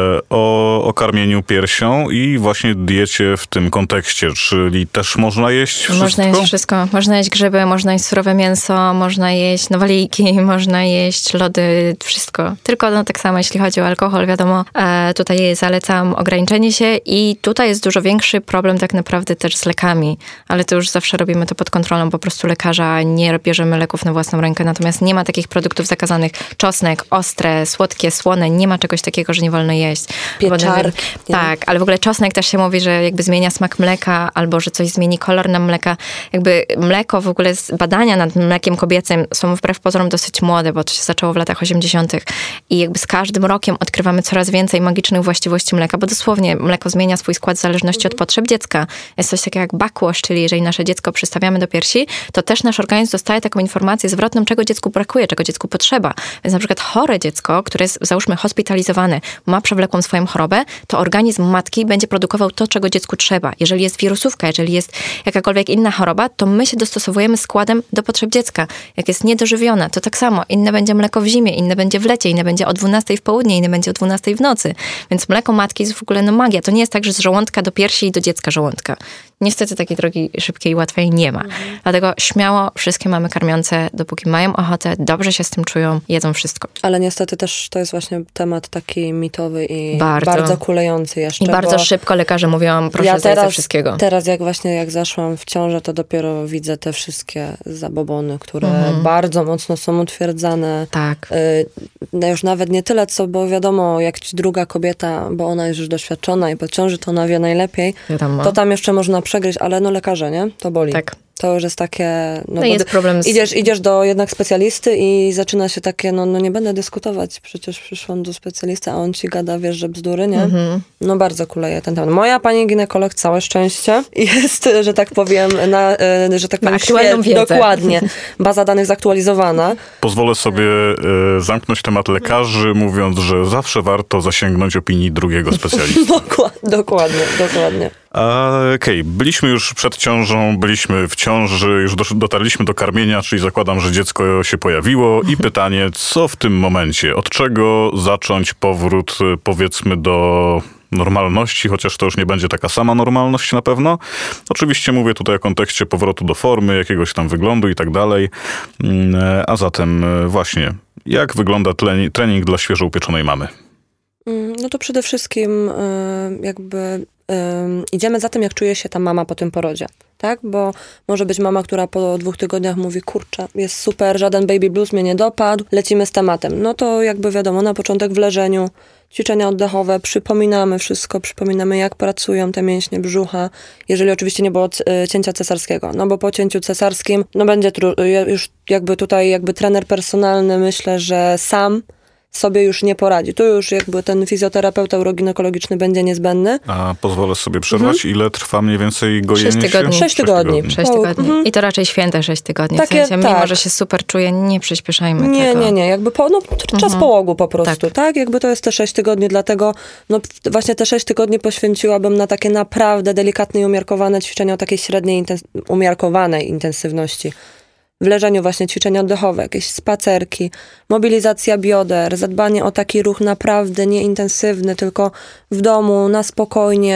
Speaker 1: o, o karmieniu piersią i właśnie diecie w tym kontekście, czyli też można jeść wszystko?
Speaker 2: Można jeść wszystko. Można jeść grzyby, można jeść surowe mięso, można jeść nowaliki, można jeść lody, wszystko. Tylko no tak samo, jeśli chodzi o alkohol, wiadomo, e, tutaj zalecam ograniczenie się i tutaj jest dużo większy problem tak naprawdę też z lekami, ale to już zawsze robimy to pod kontrolą po prostu lekarza, nie bierzemy leków na własną rękę, natomiast nie ma takich produktów zakazanych. Czosnek, ostre, słodkie, słone, nie ma czegoś takiego, że nie wolno jeść.
Speaker 3: Pieczarki.
Speaker 2: Tak, ale w ogóle czosnek też się mówi, że jakby zmienia smak mleka, albo że coś zmieni kolor na mleka. Jakby mleko, w ogóle badania nad mlekiem kobiecym są wbrew pozorom dosyć młode, bo to się zaczęło w latach osiemdziesiątych. I jakby z każdym rokiem odkrywamy coraz więcej magicznych właściwości mleka, bo dosłownie mleko zmienia swój skład w zależności od potrzeb dziecka. Jest coś takiego jak backwash, czyli jeżeli nasze dziecko przystawiamy do piersi, to też nasz organizm dostaje taką informację zwrotną, czego dziecku brakuje, czego dziecku potrzeba. Więc na przykład chore dziecko, które jest, załóżmy, hospitalizowane, ma przewlekłą swoją chorobę, to organizm matki będzie produkował to, czego dziecku trzeba. Jeżeli jest wirusówka, jeżeli jest jakakolwiek inna choroba, to my się dostosowujemy składem do potrzeb dziecka. Jak jest niedożywiona, to tak samo. Inne będzie mleko w zimie, inne będzie w lecie, inne będzie o dwunastej w południe, inne będzie o dwunastej w nocy. Więc mleko matki jest w ogóle no magia. To nie jest tak, że z żołądka do piersi i do dziecka żołądka. Niestety takiej drogi szybkiej i łatwej nie ma. Mhm. Dlatego śmiało wszystkie mamy karmiące, dopóki mają ochotę, dobrze się z tym czują, jedzą wszystko.
Speaker 3: Ale niestety też to jest właśnie temat taki mitowy i bardzo, bardzo kulejący jeszcze.
Speaker 2: I bardzo szybko lekarze mówią, proszę ja zjeść ze wszystkiego.
Speaker 3: Teraz jak właśnie jak zaszłam w ciążę, to dopiero widzę te wszystkie zabobony, które mhm. bardzo mocno są utwierdzane.
Speaker 2: Tak.
Speaker 3: Y, no już nawet nie tyle, co, bo wiadomo, jak ci druga kobieta, bo ona jest już doświadczona i po ciąży, to ona wie najlepiej,
Speaker 2: wiadomo.
Speaker 3: To tam jeszcze można przegryźć, ale no lekarze, nie? To boli.
Speaker 2: Tak.
Speaker 3: To już jest takie...
Speaker 2: No, no jest problem z...
Speaker 3: Idziesz, idziesz do jednak specjalisty i zaczyna się takie, no, no nie będę dyskutować, przecież przyszłam do specjalisty, a on ci gada, wiesz, że bzdury, nie? Mm-hmm. No bardzo kuleje ten temat. Moja pani ginekolog, całe szczęście, jest, że tak powiem, na, że tak powiem,
Speaker 2: aktualną
Speaker 3: świet, wiedzę. Dokładnie. Baza danych zaktualizowana.
Speaker 1: Pozwolę sobie e, zamknąć temat lekarzy, mówiąc, że zawsze warto zasięgnąć opinii drugiego specjalisty.
Speaker 3: dokładnie, dokładnie, dokładnie.
Speaker 1: Okej, okay. Byliśmy już przed ciążą, byliśmy w ciąży, już dotarliśmy do karmienia, czyli zakładam, że dziecko się pojawiło i pytanie, co w tym momencie? Od czego zacząć powrót, powiedzmy, do normalności, chociaż to już nie będzie taka sama normalność na pewno. Oczywiście mówię tutaj o kontekście powrotu do formy, jakiegoś tam wyglądu i tak dalej. A zatem właśnie, jak wygląda trening dla świeżo upieczonej mamy?
Speaker 3: No to przede wszystkim jakby idziemy za tym, jak czuje się ta mama po tym porodzie, tak? Bo może być mama, która po dwóch tygodniach mówi, kurczę, jest super, żaden baby blues mnie nie dopadł, lecimy z tematem. No to jakby wiadomo, na początek w leżeniu, ćwiczenia oddechowe, przypominamy wszystko, przypominamy, jak pracują te mięśnie brzucha, jeżeli oczywiście nie było cięcia cesarskiego. No bo po cięciu cesarskim, no będzie tru- już jakby tutaj jakby trener personalny, myślę, że sam sobie już nie poradzi. Tu już jakby ten fizjoterapeuta uroginekologiczny będzie niezbędny.
Speaker 1: A pozwolę sobie przerwać. Mhm. Ile trwa mniej więcej gojenie
Speaker 2: sześć tygodni.
Speaker 1: się?
Speaker 3: Sześć tygodni.
Speaker 2: Sześć tygodni. Mhm. I to raczej święte sześć tygodni.
Speaker 3: Takie,
Speaker 2: w sensie,
Speaker 3: tak.
Speaker 2: Mimo, że się super czuje, nie przyspieszajmy
Speaker 3: nie,
Speaker 2: tego.
Speaker 3: Nie, nie, Jakby po, no, czas mhm. połogu po prostu, tak. tak? Jakby to jest te sześć tygodni, dlatego no właśnie te sześć tygodni poświęciłabym na takie naprawdę delikatne i umiarkowane ćwiczenia o takiej średniej, intens- umiarkowanej intensywności. W leżeniu właśnie ćwiczenia oddechowe, jakieś spacerki, mobilizacja bioder, zadbanie o taki ruch naprawdę nieintensywny, tylko w domu, na spokojnie,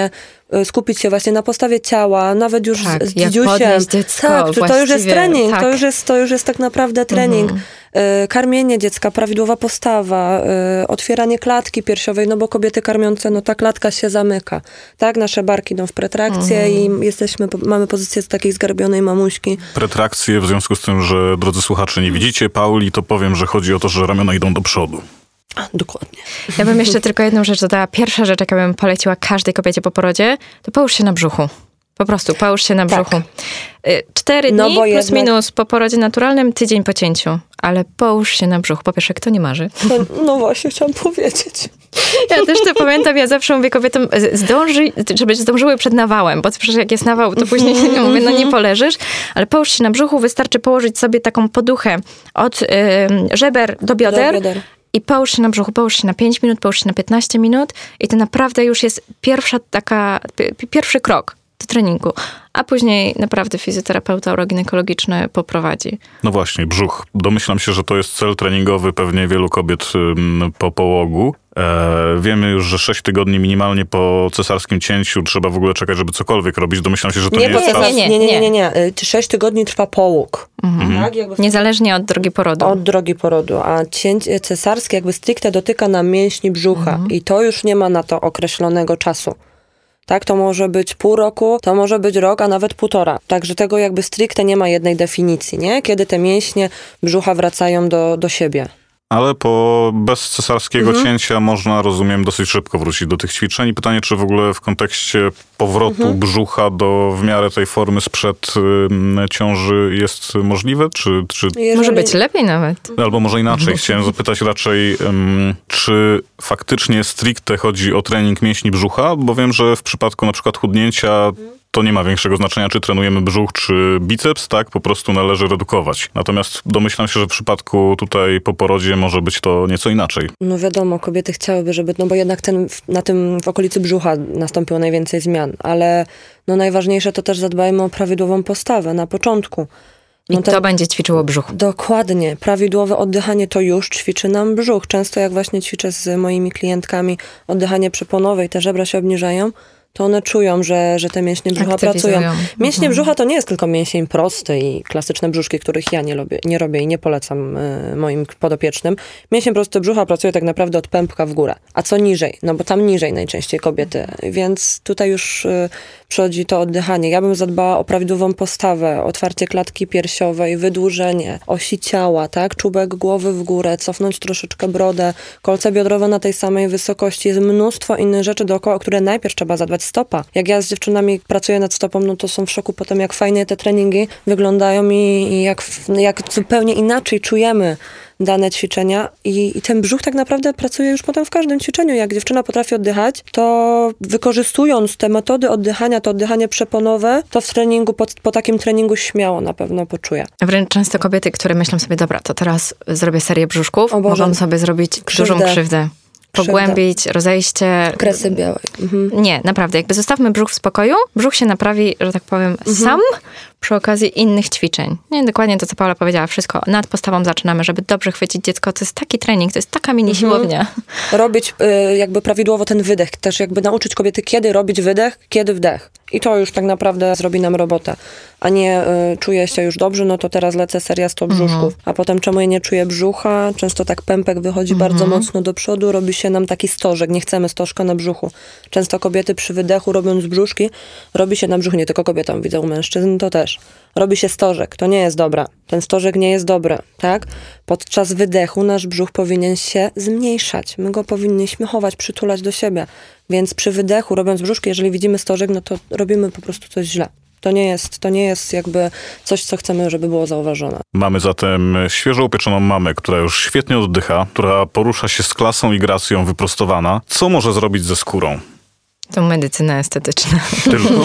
Speaker 3: skupić się właśnie na postawie ciała, nawet już
Speaker 2: tak,
Speaker 3: z, z
Speaker 2: jak
Speaker 3: dzidziusiem.
Speaker 2: Dziecko,
Speaker 3: tak, to już jest trening,
Speaker 2: tak.
Speaker 3: to, już jest, to już jest tak naprawdę trening. Mhm. Karmienie dziecka, prawidłowa postawa, otwieranie klatki piersiowej, no bo kobiety karmiące, no ta klatka się zamyka. Tak, nasze barki idą w pretrakcję mhm. i jesteśmy, mamy pozycję takiej zgarbionej mamuśki.
Speaker 1: Pretrakcję w związku z tym, że drodzy słuchacze nie widzicie Pauli, to powiem, że chodzi o to, że ramiona idą do przodu.
Speaker 3: A, dokładnie.
Speaker 2: Ja bym jeszcze tylko jedną rzecz dodała. Pierwsza rzecz, jaką bym poleciła każdej kobiecie po porodzie, to połóż się na brzuchu. Po prostu, połóż się na brzuchu. Tak. Cztery
Speaker 3: no
Speaker 2: dni plus
Speaker 3: jednak...
Speaker 2: minus po porodzie naturalnym, tydzień po cięciu. Ale połóż się na brzuchu. Po pierwsze, kto nie marzy?
Speaker 3: No, no właśnie, chciałam powiedzieć.
Speaker 2: Ja też to pamiętam, ja zawsze mówię kobietom, zdąży, żeby zdążyły przed nawałem, bo przecież jak jest nawał, to później nie mówię, no nie poleżysz, ale połóż się na brzuchu, wystarczy położyć sobie taką poduchę od y, żeber do bioder. Do bioder. I połóż się na brzuchu, połóż się na pięć minut, połóż się na piętnaście minut i to naprawdę już jest pierwsza taka, pierwszy krok do treningu. A później naprawdę fizjoterapeuta uroginekologiczny poprowadzi.
Speaker 1: No właśnie, brzuch. Domyślam się, że to jest cel treningowy pewnie wielu kobiet po połogu. E, wiemy już, że sześć tygodni minimalnie po cesarskim cięciu trzeba w ogóle czekać, żeby cokolwiek robić. Domyślam się, że to nie, nie jest czas.
Speaker 3: Nie, nie, nie, nie, nie, nie. sześć tygodni trwa połóg.
Speaker 2: Mhm. Tak? Jakby Niezależnie od drogi porodu.
Speaker 3: Od drogi porodu. A cięcie cesarskie jakby stricte dotyka nam mięśni brzucha. Mhm. I to już nie ma na to określonego czasu. Tak, to może być pół roku, to może być rok, a nawet półtora. Także tego jakby stricte nie ma jednej definicji, nie? Kiedy te mięśnie brzucha wracają do, do siebie.
Speaker 1: Ale po bez cesarskiego
Speaker 3: mhm.
Speaker 1: cięcia można, rozumiem, dosyć szybko wrócić do tych ćwiczeń. I pytanie, czy w ogóle w kontekście powrotu mhm. brzucha do w miarę tej formy sprzed y, ciąży jest możliwe? Czy, czy...
Speaker 2: Jeżeli... Może być lepiej nawet.
Speaker 1: Albo może inaczej. Chciałem zapytać raczej, ym, czy faktycznie stricte chodzi o trening mięśni brzucha? Bo wiem, że w przypadku na przykład chudnięcia mhm. to nie ma większego znaczenia, czy trenujemy brzuch, czy biceps, tak? Po prostu należy redukować. Natomiast domyślam się, że w przypadku tutaj po porodzie może być to nieco inaczej.
Speaker 3: No wiadomo, kobiety chciałyby, żeby, no bo jednak ten, na tym, w okolicy brzucha nastąpiło najwięcej zmian, ale no najważniejsze to też zadbajmy o prawidłową postawę na początku. No
Speaker 2: I to, to będzie ćwiczyło brzuch.
Speaker 3: Dokładnie. Prawidłowe oddychanie to już ćwiczy nam brzuch. Często jak właśnie ćwiczę z moimi klientkami oddychanie przeponowe i te żebra się obniżają, to one czują, że, że te mięśnie brzucha pracują. Mięśnie mhm. brzucha to nie jest tylko mięsień prosty i klasyczne brzuszki, których ja nie lubię, nie robię i nie polecam y, moim podopiecznym. Mięsień prosty brzucha pracuje tak naprawdę od pępka w górę. A co niżej? No bo tam niżej najczęściej kobiety. Więc tutaj już y, przychodzi to oddychanie. Ja bym zadbała o prawidłową postawę, otwarcie klatki piersiowej, wydłużenie osi ciała, tak? Czubek głowy w górę, cofnąć troszeczkę brodę, kolce biodrowe na tej samej wysokości. Jest mnóstwo innych rzeczy dookoła, o które najpierw trzeba zadbać. Stopa. Jak ja z dziewczynami pracuję nad stopą, no to są w szoku potem, jak fajnie te treningi wyglądają i, i jak, jak zupełnie inaczej czujemy dane ćwiczenia i, i ten brzuch tak naprawdę pracuje już potem w każdym ćwiczeniu. Jak dziewczyna potrafi oddychać, to wykorzystując te metody oddychania, to oddychanie przeponowe, to w treningu, po, po takim treningu śmiało na pewno poczuje.
Speaker 2: Wręcz często kobiety, które myślą sobie, dobra, to teraz zrobię serię brzuszków, mogą sobie zrobić krzywdę. dużą krzywdę. Pogłębić, rozejście.
Speaker 3: Kresy białej. Mhm.
Speaker 2: Nie, naprawdę. Jakby zostawmy brzuch w spokoju, brzuch się naprawi, że tak powiem, mhm. sam przy okazji innych ćwiczeń. Nie, dokładnie to, co Paula powiedziała. Wszystko nad postawą zaczynamy, żeby dobrze chwycić dziecko. To jest taki trening, to jest taka mini mhm. siłownia.
Speaker 3: Robić y, jakby prawidłowo ten wydech. Też jakby nauczyć kobiety, kiedy robić wydech, kiedy wdech. I to już tak naprawdę zrobi nam robotę. A nie y, czuję się już dobrze, no to teraz lecę seria sto brzuszków. Mhm. A potem czemu ja nie czuję brzucha? Często tak pępek wychodzi mhm. bardzo mocno do przodu, robi się nam taki stożek. Nie chcemy stożka na brzuchu. Często kobiety przy wydechu, robiąc brzuszki, robi się na brzuch, nie tylko kobietom, widzę u mężczyzn, to też. Robi się stożek. To nie jest dobra. Ten stożek nie jest dobry, tak? Podczas wydechu nasz brzuch powinien się zmniejszać. My go powinniśmy chować, przytulać do siebie. Więc przy wydechu, robiąc brzuszki, jeżeli widzimy stożek, no to robimy po prostu coś źle. To nie jest, to nie jest jakby coś, co chcemy, żeby było zauważone.
Speaker 1: Mamy zatem świeżo upieczoną mamę, która już świetnie oddycha, która porusza się z klasą i gracją, wyprostowana. Co może zrobić ze skórą?
Speaker 2: To medycyna estetyczna.
Speaker 1: Tylko?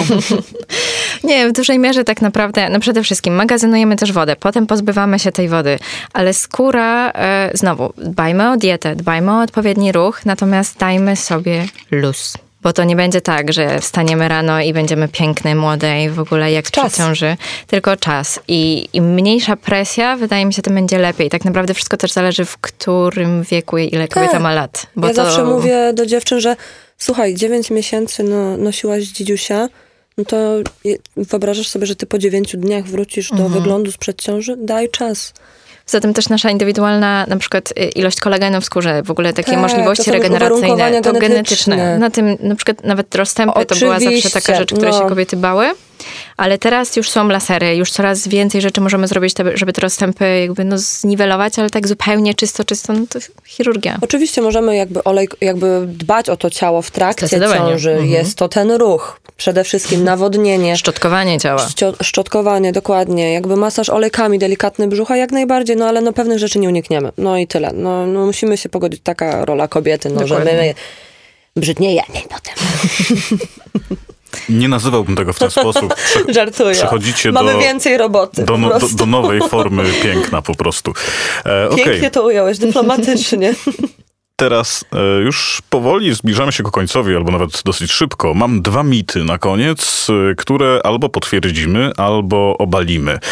Speaker 2: Nie, w dużej mierze tak naprawdę, no przede wszystkim magazynujemy też wodę, potem pozbywamy się tej wody, ale skóra, e, znowu, dbajmy o dietę, dbajmy o odpowiedni ruch, natomiast dajmy sobie luz. Bo to nie będzie tak, że wstaniemy rano i będziemy piękne, młode i w ogóle jak
Speaker 3: czas.
Speaker 2: przy ciąży. Tylko czas. I im mniejsza presja, wydaje mi się, tym będzie lepiej. Tak naprawdę wszystko też zależy, w którym wieku i ile kobieta
Speaker 3: tak.
Speaker 2: ma lat. Bo
Speaker 3: ja
Speaker 2: to...
Speaker 3: zawsze mówię do dziewczyn, że Słuchaj, dziewięć miesięcy no, nosiłaś dzidziusia, no to wyobrażasz sobie, że ty po dziewięciu dniach wrócisz mhm. do wyglądu sprzed ciąży? Daj czas.
Speaker 2: Zatem też nasza indywidualna, na przykład ilość kolagenu w skórze, w ogóle takie tak, możliwości
Speaker 3: to
Speaker 2: regeneracyjne, to
Speaker 3: genetyczne.
Speaker 2: genetyczne. Na tym na przykład nawet rozstępy
Speaker 3: Oczywiście,
Speaker 2: to była zawsze taka rzecz, której
Speaker 3: no.
Speaker 2: się kobiety bały. Ale teraz już są lasery, już coraz więcej rzeczy możemy zrobić, żeby te rozstępy jakby no zniwelować, ale tak zupełnie czysto, czysto, no to chirurgia.
Speaker 3: Oczywiście możemy jakby olej, jakby dbać o to ciało w trakcie ciąży. Mhm. Jest to ten ruch. Przede wszystkim nawodnienie.
Speaker 2: Szczotkowanie ciała.
Speaker 3: Szcio- szczotkowanie, dokładnie. Jakby masaż olejkami, delikatny brzucha, jak najbardziej, no ale no pewnych rzeczy nie unikniemy. No i tyle. No, no musimy się pogodzić, taka rola kobiety, no dokładnie. Że my brzydniejemy potem.
Speaker 1: Nie nazywałbym tego w ten sposób. Prze-
Speaker 3: Żartuję.
Speaker 1: Przechodzicie
Speaker 3: Mamy
Speaker 1: do,
Speaker 3: więcej roboty.
Speaker 1: Do, no, do, do nowej formy piękna po prostu. E,
Speaker 3: Pięknie
Speaker 1: okay.
Speaker 3: to ująłeś, dyplomatycznie.
Speaker 1: Teraz e, już powoli zbliżamy się ku końcowi, albo nawet dosyć szybko. Mam dwa mity na koniec, e, które albo potwierdzimy, albo obalimy. E,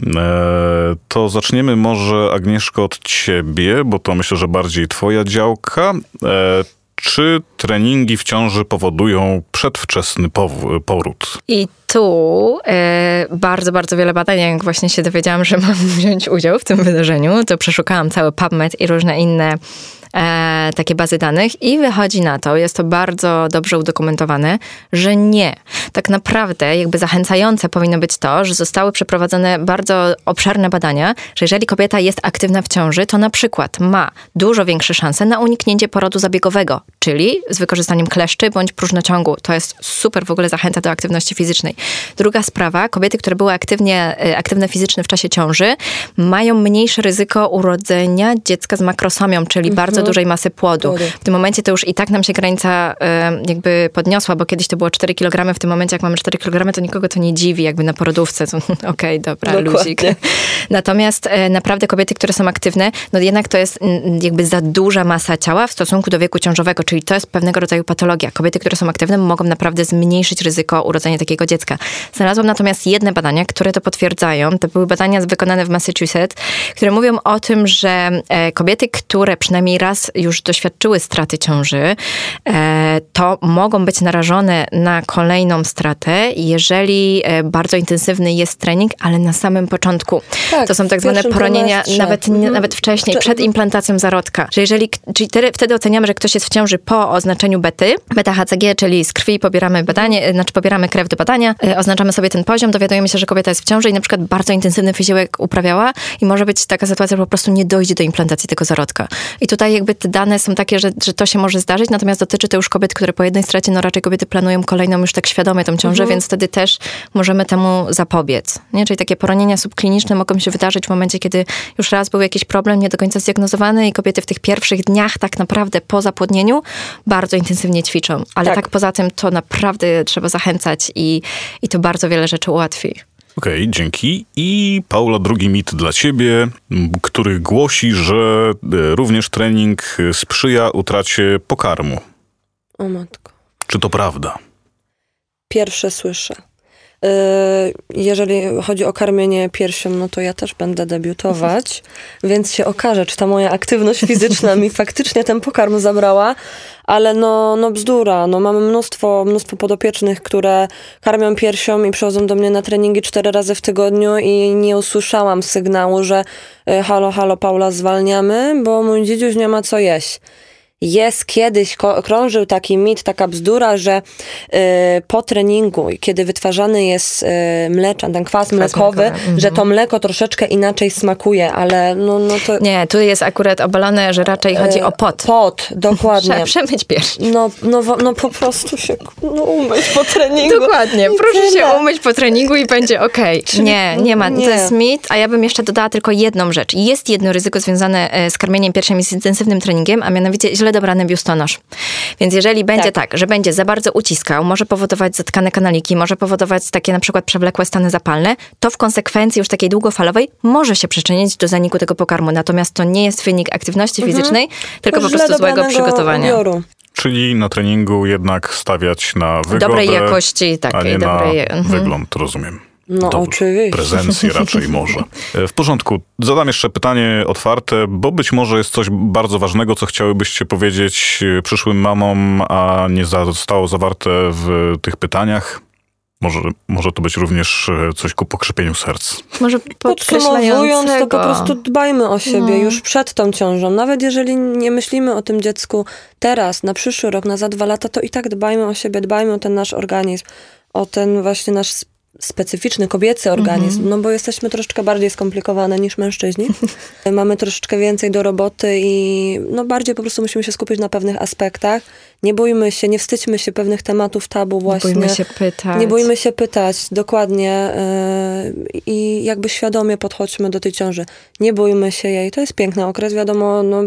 Speaker 1: to zaczniemy może, Agnieszko, od ciebie, bo to myślę, że bardziej twoja działka. E, Czy treningi w ciąży powodują przedwczesny pow- poród?
Speaker 2: I tu e, bardzo, bardzo wiele badań, jak właśnie się dowiedziałam, że mam wziąć udział w tym wydarzeniu, to przeszukałam cały PubMed i różne inne e, takie bazy danych i wychodzi na to, jest to bardzo dobrze udokumentowane, że nie. Tak naprawdę jakby zachęcające powinno być to, że zostały przeprowadzone bardzo obszerne badania, że jeżeli kobieta jest aktywna w ciąży, to na przykład ma dużo większe szanse na uniknięcie porodu zabiegowego, czyli z wykorzystaniem kleszczy bądź próżnociągu. To jest super, w ogóle zachęta do aktywności fizycznej. Druga sprawa, kobiety, które były aktywnie, aktywne fizycznie w czasie ciąży, mają mniejsze ryzyko urodzenia dziecka z makrosomią, czyli mhm. bardzo dużej masy płodu. Płody. W tym momencie to już i tak nam się granica y, jakby podniosła, bo kiedyś to było cztery kilogramy, w tym momencie jak mamy cztery kilogramy, to nikogo to nie dziwi, jakby na porodówce. Okej, okay, dobra, luzik. Natomiast y, naprawdę kobiety, które są aktywne, no jednak to jest y, jakby za duża masa ciała w stosunku do wieku ciążowego, czyli to jest pewnego rodzaju patologia. Kobiety, które są aktywne, mogą naprawdę zmniejszyć ryzyko urodzenia takiego dziecka. Znalazłam natomiast jedne badania, które to potwierdzają. To były badania wykonane w Massachusetts, które mówią o tym, że e, kobiety, które przynajmniej raz już doświadczyły straty ciąży, e, to mogą być narażone na kolejną stratę, jeżeli e, bardzo intensywny jest trening, ale na samym początku. Tak, to są tak zwane poronienia, nawet, mhm. nawet wcześniej, przed implantacją zarodka. Że jeżeli, czyli te, wtedy oceniamy, że ktoś jest w ciąży po oznaczeniu bety, beta-H C G, czyli z krwi pobieramy badanie, znaczy pobieramy krew do badania, e, oznaczamy sobie ten poziom, dowiadujemy się, że kobieta jest w ciąży i na przykład bardzo intensywny wysiłek uprawiała i może być taka sytuacja, że po prostu nie dojdzie do implantacji tego zarodka. I tutaj jakby te dane są takie, że, że to się może zdarzyć, natomiast dotyczy to już kobiet, które po jednej stracie, no raczej kobiety planują kolejną już tak świadomie tą ciążę, mhm. więc wtedy też możemy temu zapobiec. Nie? Czyli takie poronienia subkliniczne mogą się wydarzyć w momencie, kiedy już raz był jakiś problem nie do końca zdiagnozowany i kobiety w tych pierwszych dniach tak naprawdę po zapłodnieniu bardzo intensywnie ćwiczą. Ale tak, tak poza tym to naprawdę trzeba zachęcać i, i to bardzo wiele rzeczy ułatwi.
Speaker 1: Okej, okay, dzięki. I Paula, drugi mit dla ciebie, który głosi, że również trening sprzyja utracie pokarmu.
Speaker 3: O matko.
Speaker 1: Czy to prawda?
Speaker 3: Pierwsze słyszę. Jeżeli chodzi o karmienie piersią, no to ja też będę debiutować, więc się okaże, czy ta moja aktywność fizyczna mi faktycznie ten pokarm zabrała, ale no, no bzdura. No mamy mnóstwo, mnóstwo podopiecznych, które karmią piersią i przychodzą do mnie na treningi cztery razy w tygodniu i nie usłyszałam sygnału, że halo, halo Paula, zwalniamy, bo mój dzidziuś nie ma co jeść. Jest kiedyś, ko- krążył taki mit, taka bzdura, że y, po treningu, kiedy wytwarzany jest y, mleczan, ten kwas, kwas mlekowy, mhm. że to mleko troszeczkę inaczej smakuje, ale no, no to...
Speaker 2: Nie, tu jest akurat obalane, że raczej chodzi o pot.
Speaker 3: Pot, dokładnie.
Speaker 2: Trzeba przemyć pierś.
Speaker 3: No, no, no po prostu się no, umyć po treningu.
Speaker 2: Dokładnie, I proszę tyle. się umyć po treningu i będzie okej. Okay. Nie, nie ma, nie. To jest mit, a ja bym jeszcze dodała tylko jedną rzecz. Jest jedno ryzyko związane z karmieniem piersią i z intensywnym treningiem, a mianowicie źle dobrany biustonosz. Więc jeżeli będzie tak. tak, że będzie za bardzo uciskał, może powodować zatkane kanaliki, może powodować takie na przykład przewlekłe stany zapalne, to w konsekwencji już takiej długofalowej może się przyczynić do zaniku tego pokarmu. Natomiast to nie jest wynik aktywności mhm. fizycznej, tylko to po prostu złego przygotowania.
Speaker 3: Odbioru.
Speaker 1: Czyli na treningu jednak stawiać na wygodę,
Speaker 2: dobrej jakości, takiej
Speaker 1: a nie
Speaker 2: dobrej...
Speaker 1: na
Speaker 2: mhm.
Speaker 1: wygląd, rozumiem.
Speaker 3: No
Speaker 1: Dobrze.
Speaker 3: oczywiście.
Speaker 1: Prezencji raczej może. W porządku. Zadam jeszcze pytanie otwarte, bo być może jest coś bardzo ważnego, co chciałybyście powiedzieć przyszłym mamom, a nie zostało zawarte w tych pytaniach. Może, może to być również coś ku pokrzepieniu serc.
Speaker 2: Może
Speaker 3: Podsumowując, to po prostu dbajmy o siebie
Speaker 2: no.
Speaker 3: już przed tą ciążą. Nawet jeżeli nie myślimy o tym dziecku teraz, na przyszły rok, na za dwa lata, to i tak dbajmy o siebie, dbajmy o ten nasz organizm, o ten właśnie nasz specyficzny, kobiecy organizm, mm-hmm. no bo jesteśmy troszeczkę bardziej skomplikowane niż mężczyźni. Mamy troszeczkę więcej do roboty i no bardziej po prostu musimy się skupić na pewnych aspektach. Nie bójmy się, nie wstydźmy się pewnych tematów tabu właśnie.
Speaker 2: Nie bójmy się pytać.
Speaker 3: Nie bójmy się pytać, dokładnie. Yy, I jakby świadomie podchodźmy do tej ciąży. Nie bójmy się jej. To jest piękny okres, wiadomo, no,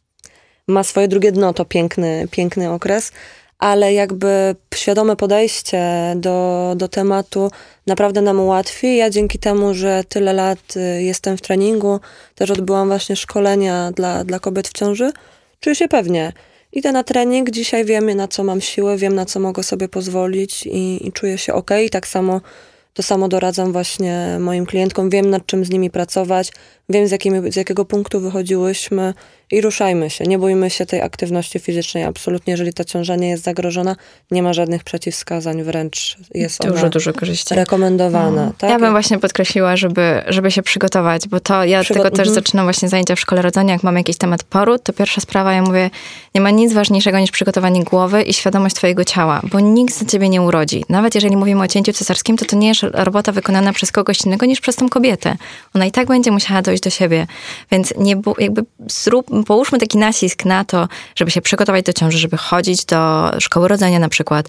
Speaker 3: ma swoje drugie dno, to piękny, piękny okres. Ale jakby świadome podejście do, do tematu naprawdę nam ułatwi. Ja dzięki temu, że tyle lat jestem w treningu, też odbyłam właśnie szkolenia dla, dla kobiet w ciąży, czuję się pewnie. Idę na trening, dzisiaj wiem, na co mam siłę, wiem, na co mogę sobie pozwolić i, i czuję się okej. Tak samo to samo doradzam właśnie moim klientkom. Wiem, nad czym z nimi pracować, wiem, z, jakimi, z jakiego punktu wychodziłyśmy i ruszajmy się. Nie bójmy się tej aktywności fizycznej. Absolutnie, jeżeli ta ciąża nie jest zagrożona, nie ma żadnych przeciwwskazań, wręcz jest
Speaker 2: dużo,
Speaker 3: ona
Speaker 2: dużo korzyści.
Speaker 3: rekomendowana.
Speaker 2: Mm.
Speaker 3: Tak?
Speaker 2: Ja bym właśnie podkreśliła, żeby, żeby się przygotować, bo to ja
Speaker 3: Przygo-
Speaker 2: tego też
Speaker 3: mhm.
Speaker 2: zaczynam właśnie zajęcia w szkole rodzenia, jak mam jakiś temat poród, to pierwsza sprawa, ja mówię, nie ma nic ważniejszego niż przygotowanie głowy i świadomość twojego ciała, bo nikt za ciebie nie urodzi. Nawet jeżeli mówimy o cięciu cesarskim, to to nie jest robota wykonana przez kogoś innego niż przez tą kobietę. Ona i tak będzie musiała dojść do siebie. Więc nie, jakby zrób, połóżmy taki nacisk na to, żeby się przygotować do ciąży, żeby chodzić do szkoły rodzenia na przykład,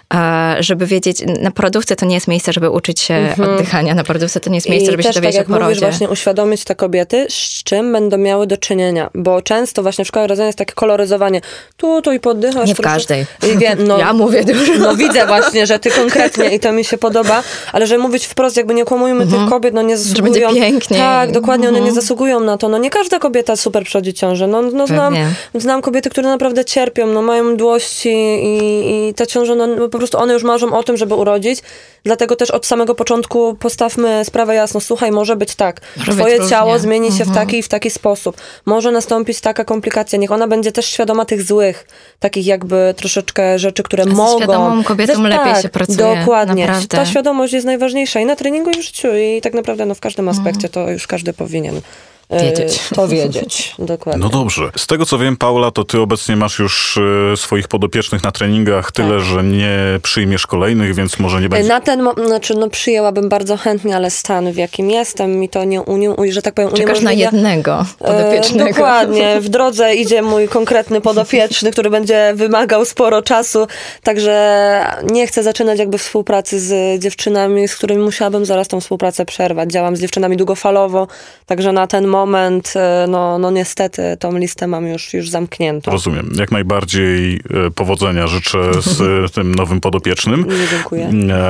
Speaker 2: żeby wiedzieć, na porodówce to nie jest miejsce, żeby uczyć się mm-hmm. oddychania, na porodówce to nie jest miejsce,
Speaker 3: I
Speaker 2: żeby
Speaker 3: też,
Speaker 2: się dowiedzieć
Speaker 3: tak
Speaker 2: o porodzie.
Speaker 3: Mówisz, właśnie uświadomić te kobiety, z czym będą miały do czynienia, bo często właśnie w szkole rodzenia jest takie koloryzowanie, tu, tu i poddychasz.
Speaker 2: Nie w
Speaker 3: trochę.
Speaker 2: każdej.
Speaker 3: I wiem, no,
Speaker 2: ja mówię dużo.
Speaker 3: No widzę właśnie, że ty konkretnie i to mi się podoba, ale żeby mówić wprost, jakby nie kłamujmy mm-hmm. tych kobiet, no nie zasługują.
Speaker 2: Że będzie pięknie.
Speaker 3: Tak, dokładnie, one
Speaker 2: mm-hmm.
Speaker 3: nie zasługują na to. No nie każda kobieta super przechodzi ciążę. No, no znam, znam kobiety, które naprawdę cierpią, no mają mdłości i, i ta ciąża, no po prostu one już marzą o tym, żeby urodzić. Dlatego też od samego początku postawmy sprawę jasno. Słuchaj, może być tak.
Speaker 2: Może
Speaker 3: Twoje
Speaker 2: być
Speaker 3: ciało
Speaker 2: różnie.
Speaker 3: zmieni się
Speaker 2: mhm.
Speaker 3: w taki i w taki sposób. Może nastąpić taka komplikacja. Niech ona będzie też świadoma tych złych, takich jakby troszeczkę rzeczy, które
Speaker 2: A
Speaker 3: mogą.
Speaker 2: ze świadomą kobietą
Speaker 3: Zresztą,
Speaker 2: lepiej
Speaker 3: tak,
Speaker 2: się pracuje.
Speaker 3: Dokładnie.
Speaker 2: Naprawdę.
Speaker 3: Ta świadomość jest najważniejsza i na treningu, i w życiu. I tak naprawdę no, w każdym aspekcie to już każdy powinien
Speaker 2: wiedzieć.
Speaker 3: To wiedzieć, dokładnie.
Speaker 1: No dobrze. Z tego co wiem, Paula, to ty obecnie masz już y, swoich podopiecznych na treningach tyle, tak. że nie przyjmiesz kolejnych, więc może nie będzie...
Speaker 3: Na ten moment, znaczy no przyjęłabym bardzo chętnie, ale stan w jakim jestem mi to nie, nie że tak powiem,
Speaker 2: Czekasz na jednego podopiecznego.
Speaker 3: E, dokładnie. W drodze idzie mój konkretny podopieczny, który będzie wymagał sporo czasu, także nie chcę zaczynać jakby współpracy z dziewczynami, z którymi musiałabym zaraz tą współpracę przerwać. Działam z dziewczynami długofalowo, także na ten moment, no, no niestety tą listę mam już, już zamkniętą.
Speaker 1: Rozumiem. Jak najbardziej powodzenia życzę z tym nowym podopiecznym.
Speaker 3: Nie, dziękuję.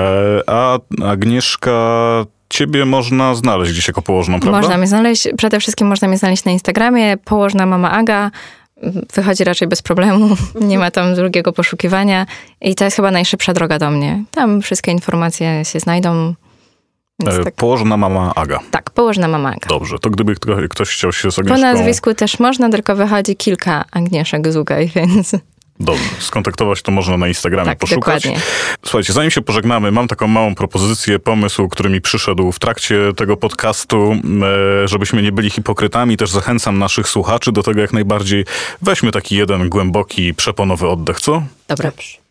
Speaker 1: A Agnieszka, ciebie można znaleźć gdzieś jako położną, prawda?
Speaker 2: Można mnie znaleźć, przede wszystkim można mnie znaleźć na Instagramie, położna mama Aga. Wychodzi raczej bez problemu, nie ma tam drugiego poszukiwania i to jest chyba najszybsza droga do mnie. Tam wszystkie informacje się znajdą.
Speaker 1: Tak. Położna mama Aga.
Speaker 2: Tak, położna mama Aga.
Speaker 1: Dobrze, to gdyby ktoś chciał się z Agnieszką...
Speaker 2: Po nazwisku też można, tylko wychodzi kilka Agnieszek Zugaj, więc...
Speaker 1: Dobrze, skontaktować to można na Instagramie,
Speaker 2: tak,
Speaker 1: poszukać.
Speaker 2: Dokładnie.
Speaker 1: Słuchajcie, zanim się pożegnamy, mam taką małą propozycję, pomysł, który mi przyszedł w trakcie tego podcastu, żebyśmy nie byli hipokrytami. Też zachęcam naszych słuchaczy do tego jak najbardziej. Weźmy taki jeden głęboki, przeponowy oddech, co?
Speaker 2: Dobra.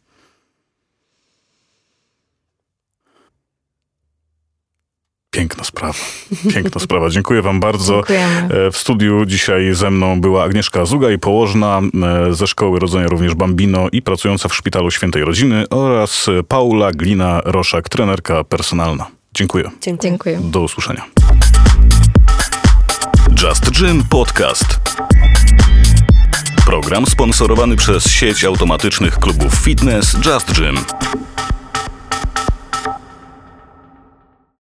Speaker 1: Piękna sprawa. Piękna sprawa. Dziękuję wam bardzo.
Speaker 2: Dziękujemy.
Speaker 1: W studiu dzisiaj ze mną była Agnieszka Zugaj, położna ze Szkoły Rodzenia również Bambino i pracująca w Szpitalu Świętej Rodziny oraz Paula Glina-Roszak, trenerka personalna. Dziękuję.
Speaker 3: Dziękuję.
Speaker 2: Dziękuję.
Speaker 1: Do usłyszenia. Just Gym Podcast. Program sponsorowany przez sieć automatycznych klubów fitness Just Gym.